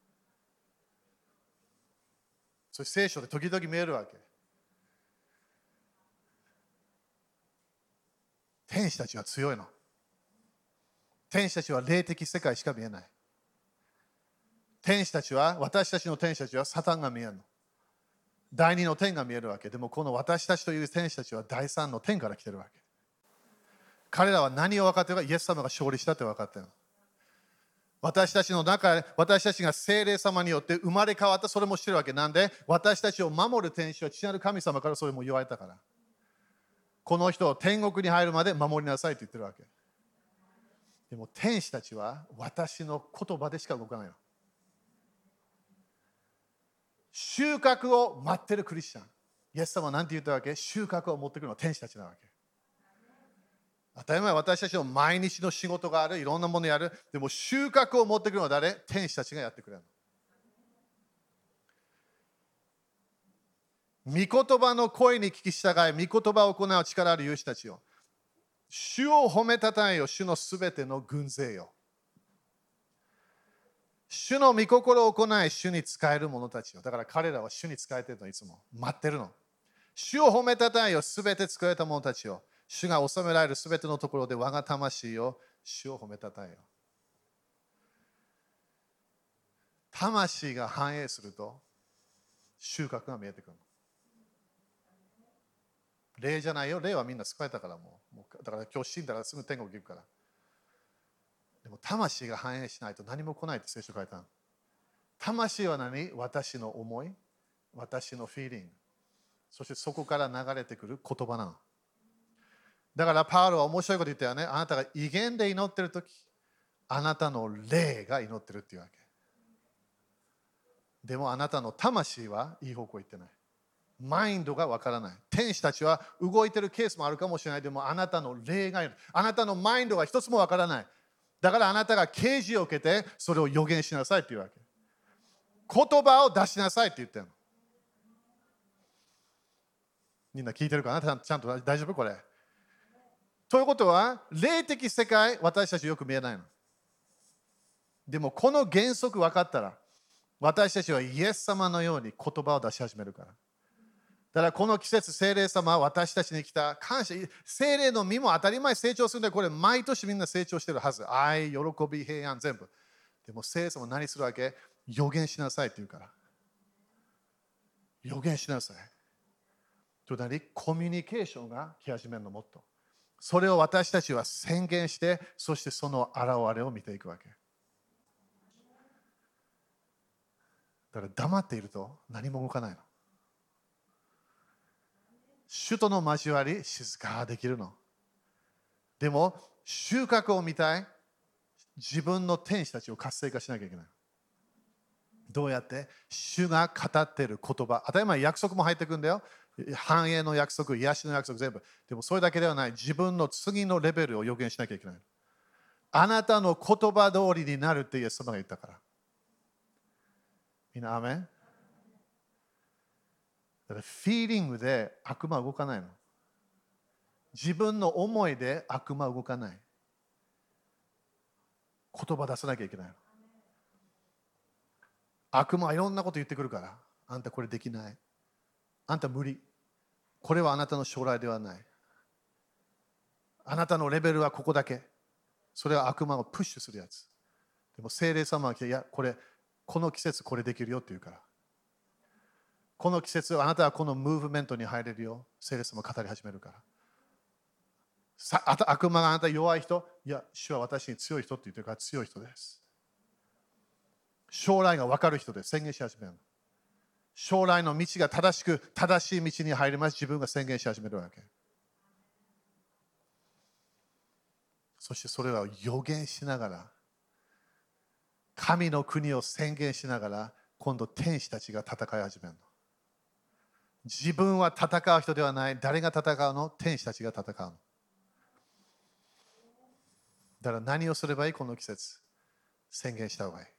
それ聖書で時々見えるわけ。天使たちは強いの。天使たちは霊的世界しか見えない。天使たちは、私たちの天使たちはサタンが見えるの。第二の天が見えるわけ。でもこの私たちという天使たちは第三の天から来てるわけ。彼らは何を分かっているか？イエス様が勝利したって分かっているの。私たちの中、私たちが聖霊様によって生まれ変わった、それも知ってるわけ。なんで私たちを守る天使は父なる神様からそれも言われたから。この人を天国に入るまで守りなさいと言ってるわけ。でも天使たちは私の言葉でしか動かないの。収穫を待ってるクリスチャン。イエス様は何て言ったわけ？収穫を持ってくるのは天使たちなわけ。当たり前、私たちの毎日の仕事がある、いろんなものやる。でも収穫を持ってくるのは誰？天使たちがやってくれるの。御言葉の声に聞き従い、御言葉を行う力ある勇士たちよ。主を褒めたたえよ、主のすべての軍勢よ。主の御心を行い、主に仕える者たちよ。だから彼らは主に仕えているの、いつも。待ってるの。主を褒めたたえよ、すべて作られた者たちよ。主が治められるすべてのところで我が魂よ、主を褒めたたえよ。魂が反映すると、収穫が見えてくるの。霊じゃないよ。霊はみんな救われたからもう。だから今日死んだらすぐ天国行くから。でも魂が反映しないと何も来ないって聖書書いたの。魂は何？私の思い、私のフィーリング。そしてそこから流れてくる言葉なの。だからパウロは面白いこと言ったよね。あなたが威厳で祈ってるとき、あなたの霊が祈ってるっていうわけ。でもあなたの魂はいい方向行ってない。マインドがわからない。天使たちは動いてるケースもあるかもしれない。でもあなたの霊がいる。あなたのマインドが一つもわからない。だからあなたが啓示を受けてそれを予言しなさいっていうわけ。言葉を出しなさいって言ってるの。みんな聞いてるかな？ちゃんと大丈夫これ。ということは、霊的世界、私たちよく見えないの。でもこの原則分かったら、私たちはイエス様のように言葉を出し始めるから。だからこの季節、聖霊様は私たちに来た感謝、聖霊の実も当たり前成長するんで、これ毎年みんな成長してるはず。愛、喜び、平安、全部。でも聖霊様は何するわけ？予言しなさいって言うから。予言しなさい。となり、コミュニケーションが来始めるのもっと。それを私たちは宣言して、そしてその現れを見ていくわけ。だから黙っていると何も動かないの。主との交わり、静かできるの。でも、収穫を見たい。自分の天使たちを活性化しなきゃいけない。どうやって？主が語っている言葉。当たり前、約束も入ってくるんだよ。繁栄の約束、癒しの約束、全部。でもそれだけではない。自分の次のレベルを予言しなきゃいけない。あなたの言葉通りになるってイエス様が言ったから。みんな、アーメン？だからフィーリングで悪魔は動かないの。自分の思いで悪魔は動かない。言葉出さなきゃいけないの。悪魔はいろんなこと言ってくるから。あんたこれできない。あんた無理。これはあなたの将来ではない。 あなたのレベルはここだけ。それは悪魔をプッシュするやつ。でも聖霊様は来て、いや、この季節これできるよって言うから。この季節、あなたはこのムーブメントに入れるよ。聖霊様語り始めるから。悪魔があなた弱い人、いや、主は私に強い人って言ってるから強い人です。将来が分かる人で宣言し始める。将来の道が正しい道に入ります。自分が宣言し始めるわけ。そしてそれは予言しながら、神の国を宣言しながら、今度天使たちが戦い始めるの。自分は戦う人ではない。誰が戦うの？天使たちが戦うの。だから何をすればいい？この季節。宣言した方がいい。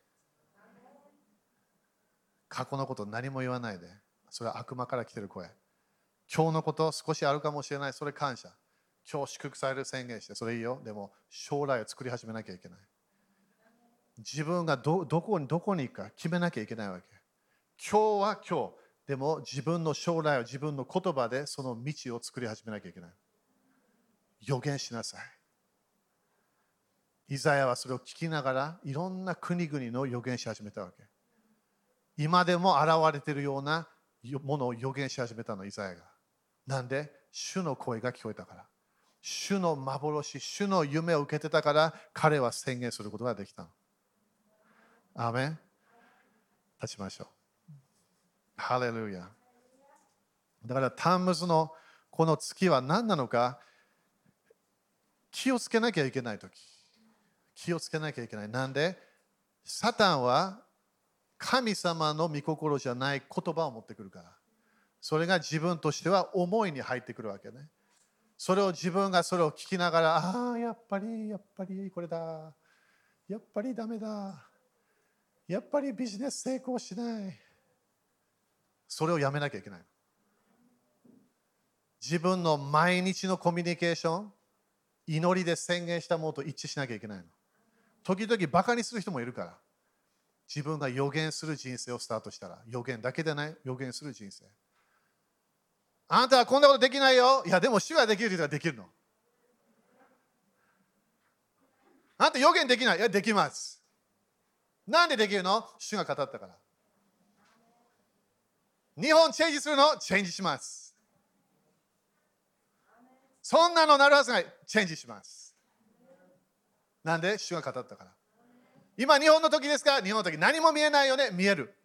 過去のこと何も言わないで。それは悪魔から来てる声。今日のこと少しあるかもしれない。それ感謝。今日祝福される宣言して、それいいよ。でも将来を作り始めなきゃいけない。自分がどこに行くか決めなきゃいけないわけ。今日は今日。でも自分の将来を自分の言葉でその道を作り始めなきゃいけない。予言しなさい。イザヤはそれを聞きながらいろんな国々の予言し始めたわけ。今でも現れているようなものを予言し始めたの、イザヤが。なんで？主の声が聞こえたから。主の幻、主の夢を受けてたから彼は宣言することができたの。アーメン。立ちましょう。ハレルヤ。だからタンムズのこの月は何なのか気をつけなきゃいけないとき。気をつけなきゃいけない。なんでサタンは神様の御心じゃない言葉を持ってくるから。それが自分としては思いに入ってくるわけね。それを自分がそれを聞きながら、ああ、やっぱりこれだ。やっぱりダメだ。やっぱりビジネス成功しない。それをやめなきゃいけない。自分の毎日のコミュニケーション、祈りで宣言したものと一致しなきゃいけないの。時々バカにする人もいるから。自分が予言する人生をスタートしたら、予言だけでない、予言する人生。あなたはこんなことできないよ。いや、でも主ができる人はできるの。あなた予言できない。いや、できます。なんでできるの？主が語ったから。日本チェンジするの？チェンジします。そんなのなるはずない。チェンジします。なんで主が語ったから。今日本の時ですか？日本の時何も見えないよね？見える。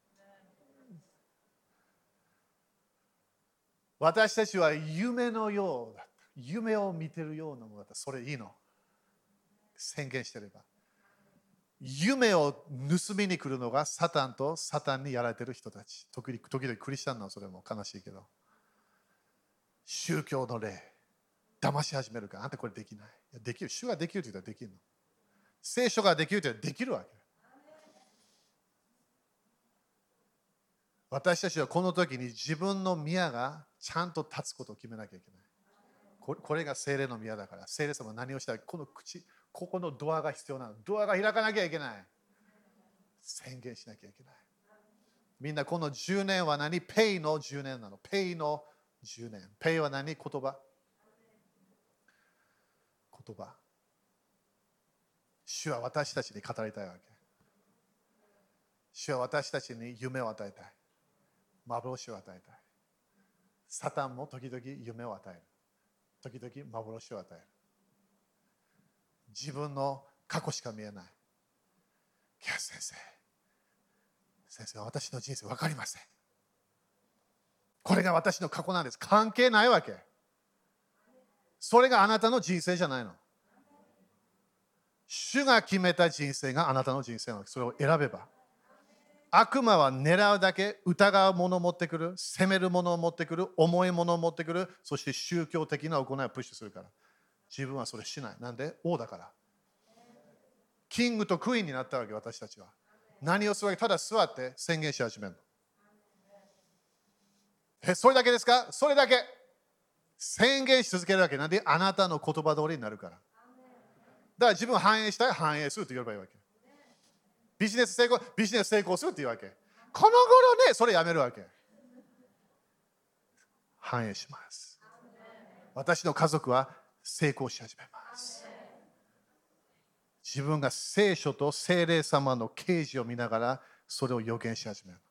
私たちは夢のようだった。夢を見てるようなものだった。それいいの。宣言してれば。夢を盗みに来るのがサタンとサタンにやられてる人たち。時々クリスチャンなの、それも悲しいけど。宗教の霊、騙し始めるから、あんたこれできない。いやできる。主ができると言ったらできるの。聖書ができると言ったらできるわけ。私たちはこの時に自分の宮がちゃんと立つことを決めなきゃいけない。これが聖霊の宮だから。聖霊様は何をしたら、この口、ここのドアが必要なの。ドアが開かなきゃいけない。宣言しなきゃいけない。みんなこの10年は何？ペイの10年なの。ペイの10年。ペイは何？言葉。言葉。主は私たちに語りたいわけ。主は私たちに夢を与えたい。幻を与えたい。サタンも時々夢を与える。時々幻を与える。自分の過去しか見えない。いや、先生は私の人生分かりません。これが私の過去なんです。関係ないわけ。それがあなたの人生じゃないの。主が決めた人生があなたの人生なの。それを選べば。悪魔は狙うだけ、疑うものを持ってくる、責めるものを持ってくる、重いものを持ってくる、そして宗教的な行いをプッシュするから。自分はそれしない。なんで？王だから。キングとクイーンになったわけ、私たちは。何をするわけ？ただ座って宣言し始めるの。それだけですか？それだけ。宣言し続けるわけ。なんで？あなたの言葉通りになるから。だから自分を反映したい、反映すると言えばいいわけ。ビジネス成功するって言うわけ。この頃ね、それやめるわけ。反映します。私の家族は成功し始めます。自分が聖書と聖霊様の啓示を見ながらそれを予言し始める。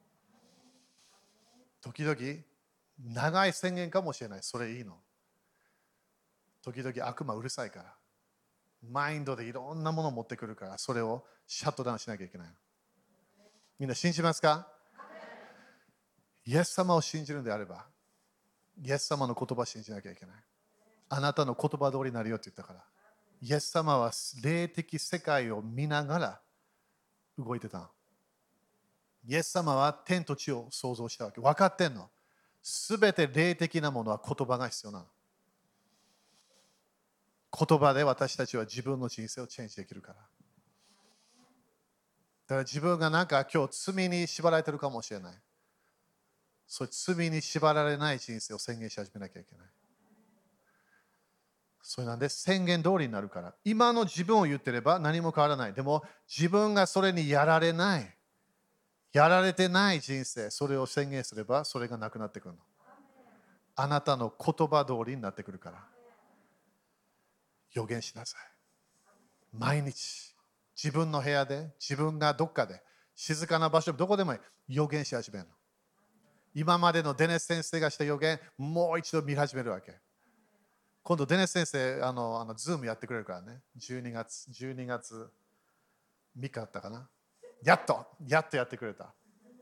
時々長い宣言かもしれない。それいいの。時々悪魔うるさいから。マインドでいろんなものを持ってくるから、それをシャットダウンしなきゃいけない。みんな信じますか？イエス様を信じるのであれば、イエス様の言葉を信じなきゃいけない。あなたの言葉通りになるよって言ったから。イエス様は霊的世界を見ながら動いてた。イエス様は天と地を創造したわけ。分かってんの。すべて霊的なものは言葉が必要なの。言葉で私たちは自分の人生をチェンジできるから。だから自分がなんか今日罪に縛られてるかもしれない。そういう罪に縛られない人生を宣言し始めなきゃいけない。それなんで宣言通りになるから。今の自分を言ってれば何も変わらない。でも自分がそれにやられない。やられてない人生、それを宣言すればそれがなくなってくるの。あなたの言葉通りになってくるから。予言しなさい。毎日、自分の部屋で、自分がどっかで、静かな場所、どこでもいい、予言し始めるの。今までのデネス先生がした予言、もう一度見始めるわけ。今度、デネス先生、ズームやってくれるからね。12月3日あったかな。やっとやってくれた。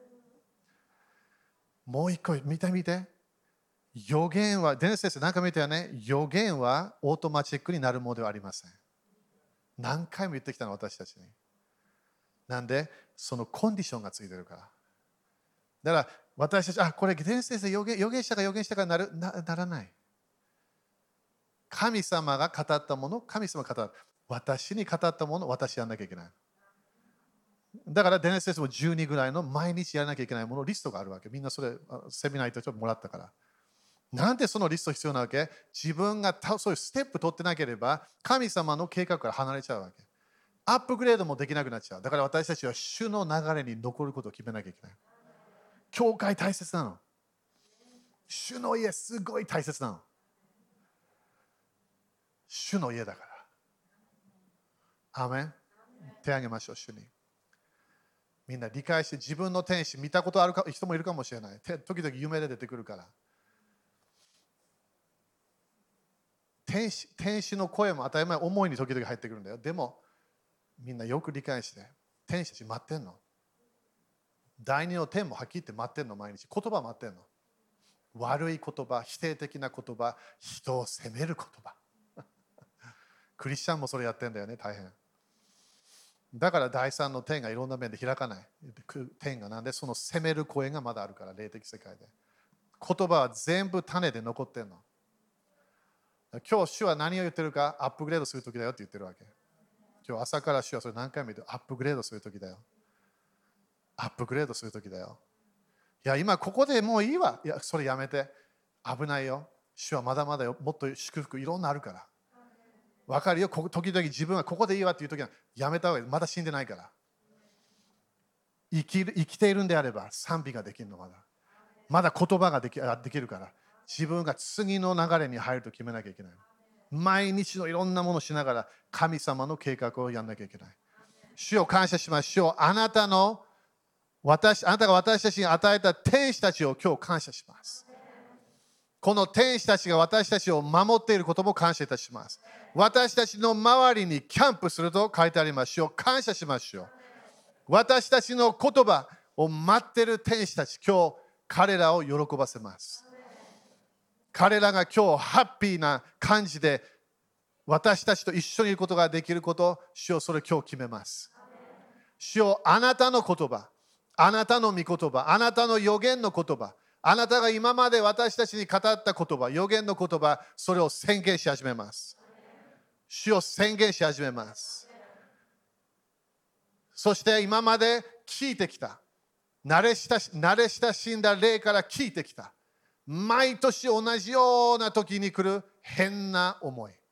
もう一個見て。予言は、デネス先生何回も言ったよね。予言はオートマチックになるものではありません。何回も言ってきたの、私たちに。なんで、そのコンディションがついてるから。だから、私たち、これ、デネス先生予言したからならない。神様が語ったもの、神様が語った。私に語ったもの、私やらなきゃいけない。だから、デネス先生も12ぐらいの毎日やらなきゃいけないもの、リストがあるわけ。みんなそれ、セミナー行った人もらったから。なんでそのリスト必要なわけ？自分がそういうステップ取ってなければ、神様の計画から離れちゃうわけ。アップグレードもできなくなっちゃう。だから私たちは主の流れに残ることを決めなきゃいけない。教会大切なの。主の家すごい大切なの。主の家だから。アーメン。手を挙げましょう、主に。みんな理解して自分の天使見たことある人もいるかもしれない。時々夢で出てくるから。天使の声も当たり前思いに時々入ってくるんだよ。でもみんなよく理解して、天使たち待ってんの。第二の天もはっきり言って待ってんの。毎日言葉待ってんの。悪い言葉、否定的な言葉、人を責める言葉クリスチャンもそれやってんだよね。大変だから第三の天がいろんな面で開かない。天がなんでその責める声がまだあるから、霊的世界で言葉は全部種で残ってんの。今日主は何を言ってるか、アップグレードするときだよって言ってるわけ。今日朝から主はそれ何回も言って、アップグレードするときだよ。アップグレードするときだよ。いや、今ここでもういいわ。いや、それやめて。危ないよ。主はまだまだよ。もっと祝福いろんなあるから。わかるよ。時々自分はここでいいわっていうときはやめた方がいい。まだ死んでないから。生きているんであれば賛美ができるの。まだ言葉ができるから。自分が次の流れに入ると決めなきゃいけない。毎日のいろんなものをしながら神様の計画をやらなきゃいけない。主を感謝します。主をあなたが私たちに与えた天使たちを今日感謝します。この天使たちが私たちを守っていることも感謝いたします。私たちの周りにキャンプすると書いてあります。主を感謝しましょう。私たちの言葉を待っている天使たち、今日彼らを喜ばせます。彼らが今日ハッピーな感じで私たちと一緒にいることができることを、主よそれ今日決めます。主よあなたの言葉、あなたの御言葉、あなたの予言の言葉、あなたが今まで私たちに語った言葉、予言の言葉、それを宣言し始めます。主を宣言し始めます。そして今まで聞いてきた、慣れ親しんだ霊から聞いてきた、毎年同じような時に来る変な思い、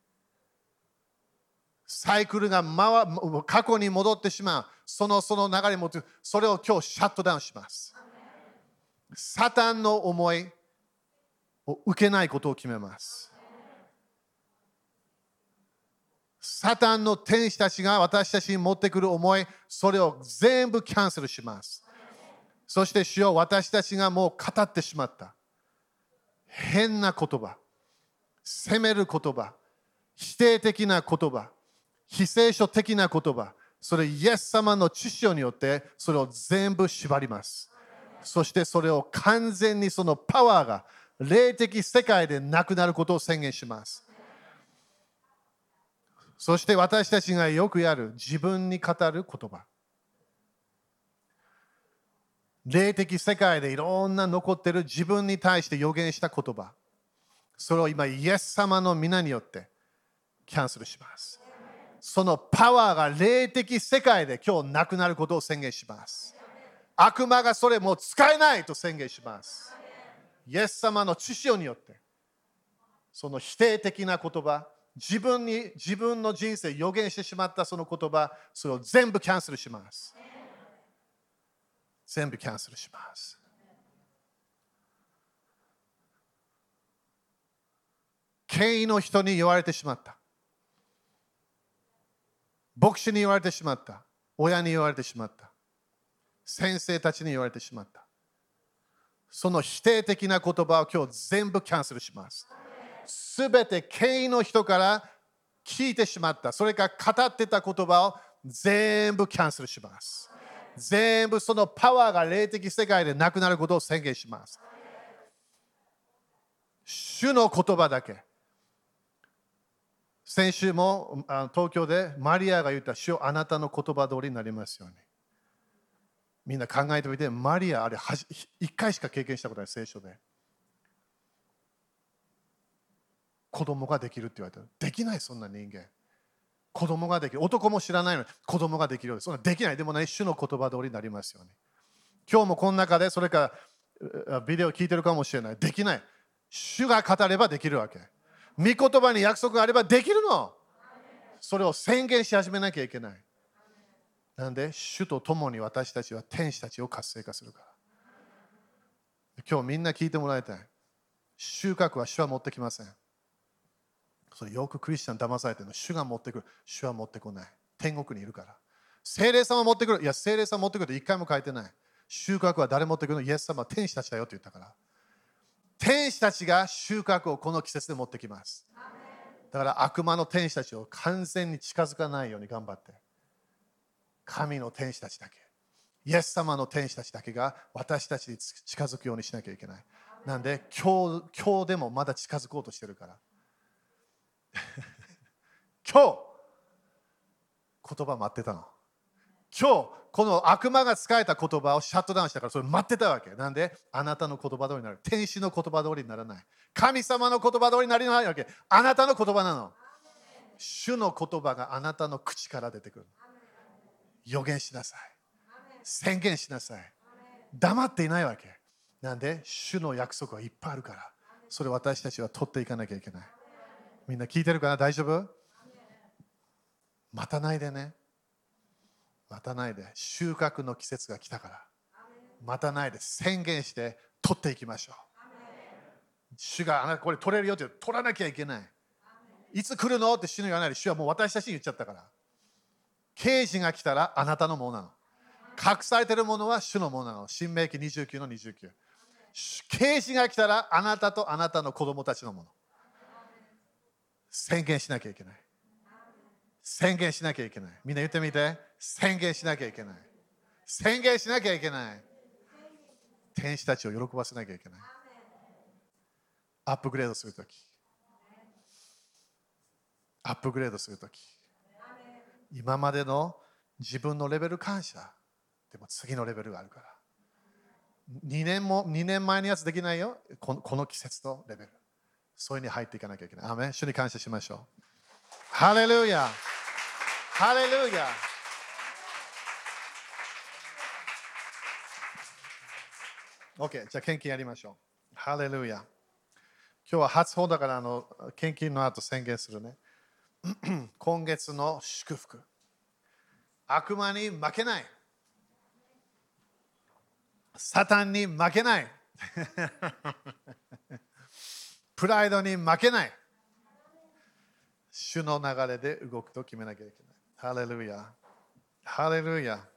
サイクルが過去に戻ってしまう、その流れに戻って、それを今日シャットダウンします。サタンの思いを受けないことを決めます。 サタンの天使たちが私たちに持ってくる思い、それを全部キャンセルします。そして主よ、私たちがもう語ってしまった変な言葉、責める言葉、否定的な言葉、非聖書的な言葉、それイエス様の知識によってそれを全部縛ります。そしてそれを完全にそのパワーが霊的世界でなくなることを宣言します。そして私たちがよくやる自分に語る言葉。霊的世界でいろんな残っている自分に対して予言した言葉。それを今イエス様の皆によってキャンセルします。そのパワーが霊的世界で今日なくなることを宣言します。悪魔がそれもう使えないと宣言します。イエス様の知識によってその否定的な言葉、自分の人生予言してしまったその言葉、それを全部キャンセルします。全部キャンセルします。権威の人に言われてしまった。牧師に言われてしまった。親に言われてしまった。先生たちに言われてしまった。その否定的な言葉を今日全部キャンセルします。すべて権威の人から聞いてしまった。それから語ってた言葉を全部キャンセルします。全部そのパワーが霊的世界でなくなることを宣言します。主の言葉だけ。先週も東京でマリアが言った、主よあなたの言葉通りになりますように。みんな考えてみて、マリアあれ1回しか経験したことない、聖書で。子供ができるって言われたら、できない、そんな人間。子供ができる。男も知らないのに子供ができるようです。そんなできない。でもね、主の言葉通りになりますように。今日もこの中で、それからビデオ聞いてるかもしれない。できない。主が語ればできるわけ。御言葉に約束があればできるの。それを宣言し始めなきゃいけない。なんで、主と共に私たちは天使たちを活性化するから。今日みんな聞いてもらいたい。収穫は主は持ってきません。それよくクリスチャン騙されてるの。主が持ってくる。主は持ってこない。天国にいるから。聖霊様持ってくる。いや、聖霊様持ってくるって一回も書いてない。収穫は誰持ってくるの？イエス様は天使たちだよって言ったから。天使たちが収穫をこの季節で持ってきます。だから悪魔の天使たちを完全に近づかないように頑張って。神の天使たちだけ。イエス様の天使たちだけが私たちに近づくようにしなきゃいけない。なんで今日でもまだ近づこうとしてるから。今日言葉待ってたの。今日この悪魔が使えた言葉をシャットダウンしたからそれ待ってたわけ。なんであなたの言葉通りになる。天使の言葉通りにならない。神様の言葉通りにならないわけ。あなたの言葉なの。主の言葉があなたの口から出てくる。予言しなさい。宣言しなさい。黙っていないわけ。なんで主の約束はいっぱいあるから。それを私たちは取っていかなきゃいけない。みんな聞いてるかな？大丈夫？待たないでね。待たないで。収穫の季節が来たから。待たないで。宣言して取っていきましょう。主があなたこれ取れるよって取らなきゃいけない。いつ来るのって主に言わないで。主はもう私たちに言っちゃったから。啓示が来たらあなたのものなの。隠されているものは主のものなの。新明記29の29。啓示が来たらあなたとあなたの子供たちのもの。宣言しなきゃいけない。宣言しなきゃいけない。みんな言ってみて。宣言しなきゃいけない。宣言しなきゃいけない。天使たちを喜ばせなきゃいけない。アップグレードするとき。アップグレードするとき。今までの自分のレベル感謝。でも次のレベルがあるから。2年前のやつできないよ。この季節とレベル。それに入っていかなきゃいけない。アーメン。主に感謝しましょう。ハレルヤ。ハレルヤ。OK。じゃあ献金やりましょう。ハレルヤ。今日は初報だから献金の後宣言するね。今月の祝福。悪魔に負けない。サタンに負けない。プライドに負けない。 主の流れで動くと決めなきゃいけない。ハレルヤ。ハレルヤ。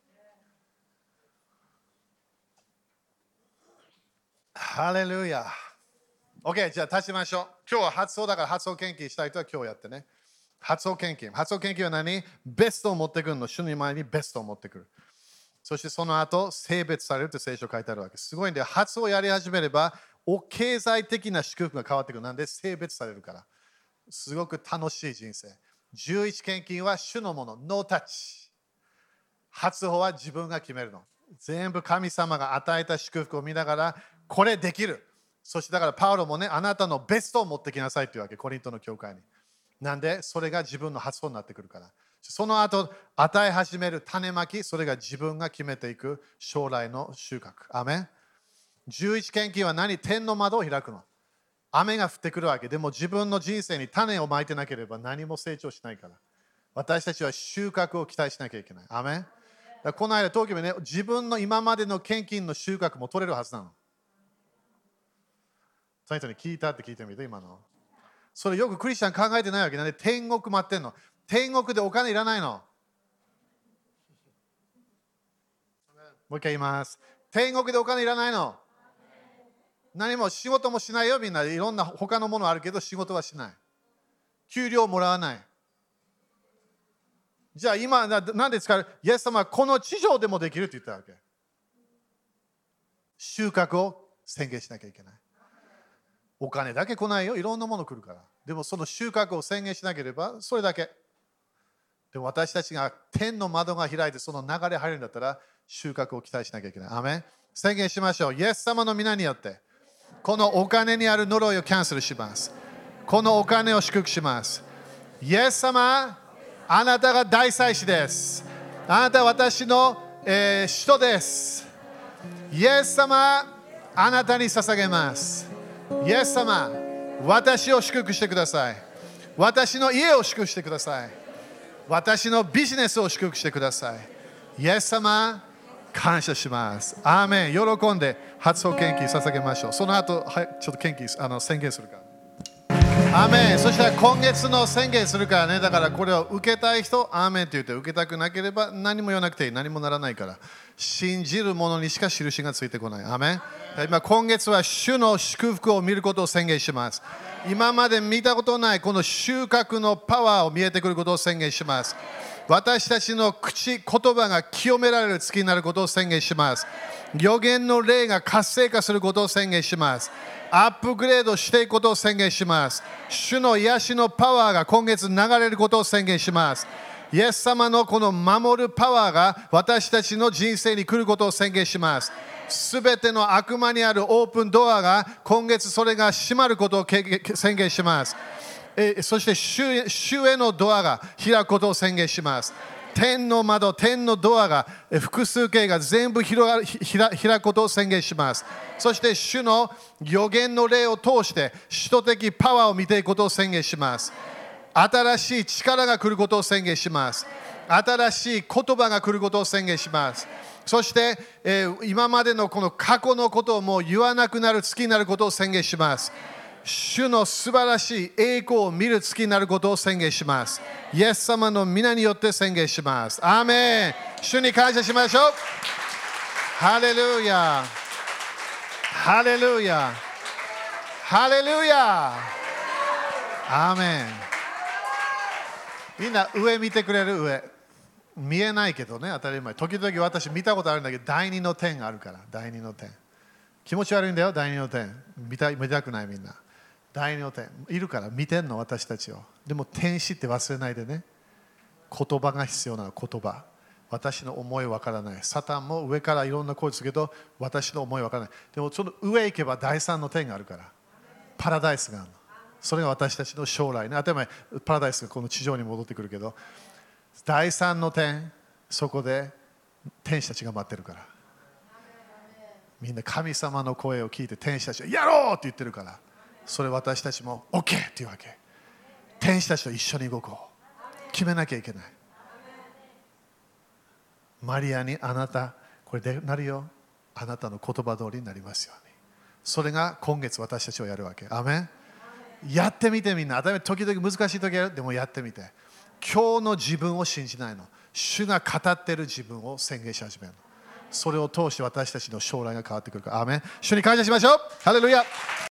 ハレルヤ。OK、じゃあ立ちましょう。今日は発音だから発音研究したい人は今日やってね。発音研究。発音研究は何？ベストを持ってくるの。主の前にベストを持ってくる。そしてその後、性別されるって聖書書いてあるわけ。すごいんで、発音をやり始めれば、経済的な祝福が変わってくる。なんで性別されるから。すごく楽しい人生。11献金は主のもの。ノータッチ。発音は自分が決めるの。全部神様が与えた祝福を見ながら、これできる。そしてだからパウロもね、あなたのベストを持ってきなさいというわけ、コリントの教会に。なんで、それが自分の発音になってくるから。その後、与え始める種まき、それが自分が決めていく将来の収穫。アメン。11献金は何？天の窓を開くの。雨が降ってくるわけ。でも自分の人生に種をまいてなければ何も成長しないから。私たちは収穫を期待しなきゃいけない。アメン。この間、東京でね、自分の今までの献金の収穫も取れるはずなの。その人に聞いたって聞いてみて、今の。それよくクリスチャン考えてないわけなんで、天国待ってんの。天国でお金いらないの。もう一回言います。天国でお金いらないの。何も仕事もしないよ、みんな。いろんな他のものあるけど、仕事はしない。給料もらわない。じゃあ今、何ですか？イエス様はこの地上でもできるって言ったわけ。収穫を宣言しなきゃいけない。お金だけ来ないよ。いろんなもの来るから。でもその収穫を宣言しなければ、それだけ。でも私たちが天の窓が開いてその流れ入るんだったら収穫を期待しなきゃいけない。アメン。宣言しましょう。イエス様の皆によってこのお金にある呪いをキャンセルします。このお金を祝福します。イエス様、あなたが大祭司です。あなたは私の、使徒です。イエス様、あなたに捧げます。イエス様、私を祝福してください。私の家を祝福してください。私のビジネスを祝福してください。イエス様、感謝します。アーメン。喜んで初歩献金捧げましょう。その後、はい、ちょっと献金宣言するから。アーメン。そしたら今月の宣言するからね。だからこれを受けたい人、アーメンと言って受けたくなければ何も言わなくていい。何もならないから。信じる者にしか印がついてこない。アーメン。今月は主の祝福を見ることを宣言します。今まで見たことないこの収穫のパワーを見えてくることを宣言します。私たちの口、言葉が清められる月になることを宣言します。予言の霊が活性化することを宣言します。アップグレードしていくことを宣言します。主の癒しのパワーが今月流れることを宣言します。イエス様のこの守るパワーが私たちの人生に来ることを宣言します。すべての悪魔にあるオープンドアが今月それが閉まることを宣言します。そして主へのドアが開くことを宣言します。天の窓、天のドアが複数形が全部開くことを宣言します。そして主の予言の霊を通して使徒的パワーを見ていくことを宣言します。新しい力が来ることを宣言します。新しい言葉が来ることを宣言します。そして、今までのこの過去のことをもう言わなくなる月になることを宣言します。主の素晴らしい栄光を見る月になることを宣言します。イエス様の皆によって宣言します。アーメン。主に感謝しましょう。ハレルヤ。ハレルヤ。ハレルヤ。アーメン。みんな上見てくれる？上。見えないけどね、当たり前。時々私見たことあるんだけど、第二の天があるから、第二の天。気持ち悪いんだよ、第二の天。見たくないみんな。第二の天。いるから見てんの、私たちを。でも天使って忘れないでね。言葉が必要なの、言葉。私の思いわからない。サタンも上からいろんな声つけると、私の思いわからない。でもその上行けば第三の天があるから。パラダイスがあるの。それが私たちの将来ね。当たり前、パラダイスがこの地上に戻ってくるけど、第三の天、そこで天使たちが待ってるから。みんな神様の声を聞いて天使たちがやろうって言ってるから、それ私たちも OK っていうわけ。天使たちと一緒に動こう。決めなきゃいけない。マリアにあなた、これでなるよ。あなたの言葉通りになりますように。それが今月私たちはやるわけ。アメン。 やってみてみんな。当たり前時々難しい時ある。でもやってみて。今日の自分を信じないの。主が語っている自分を宣言し始めるの。それを通して私たちの将来が変わってくるから。アーメン。主に感謝しましょう。ハレルヤ。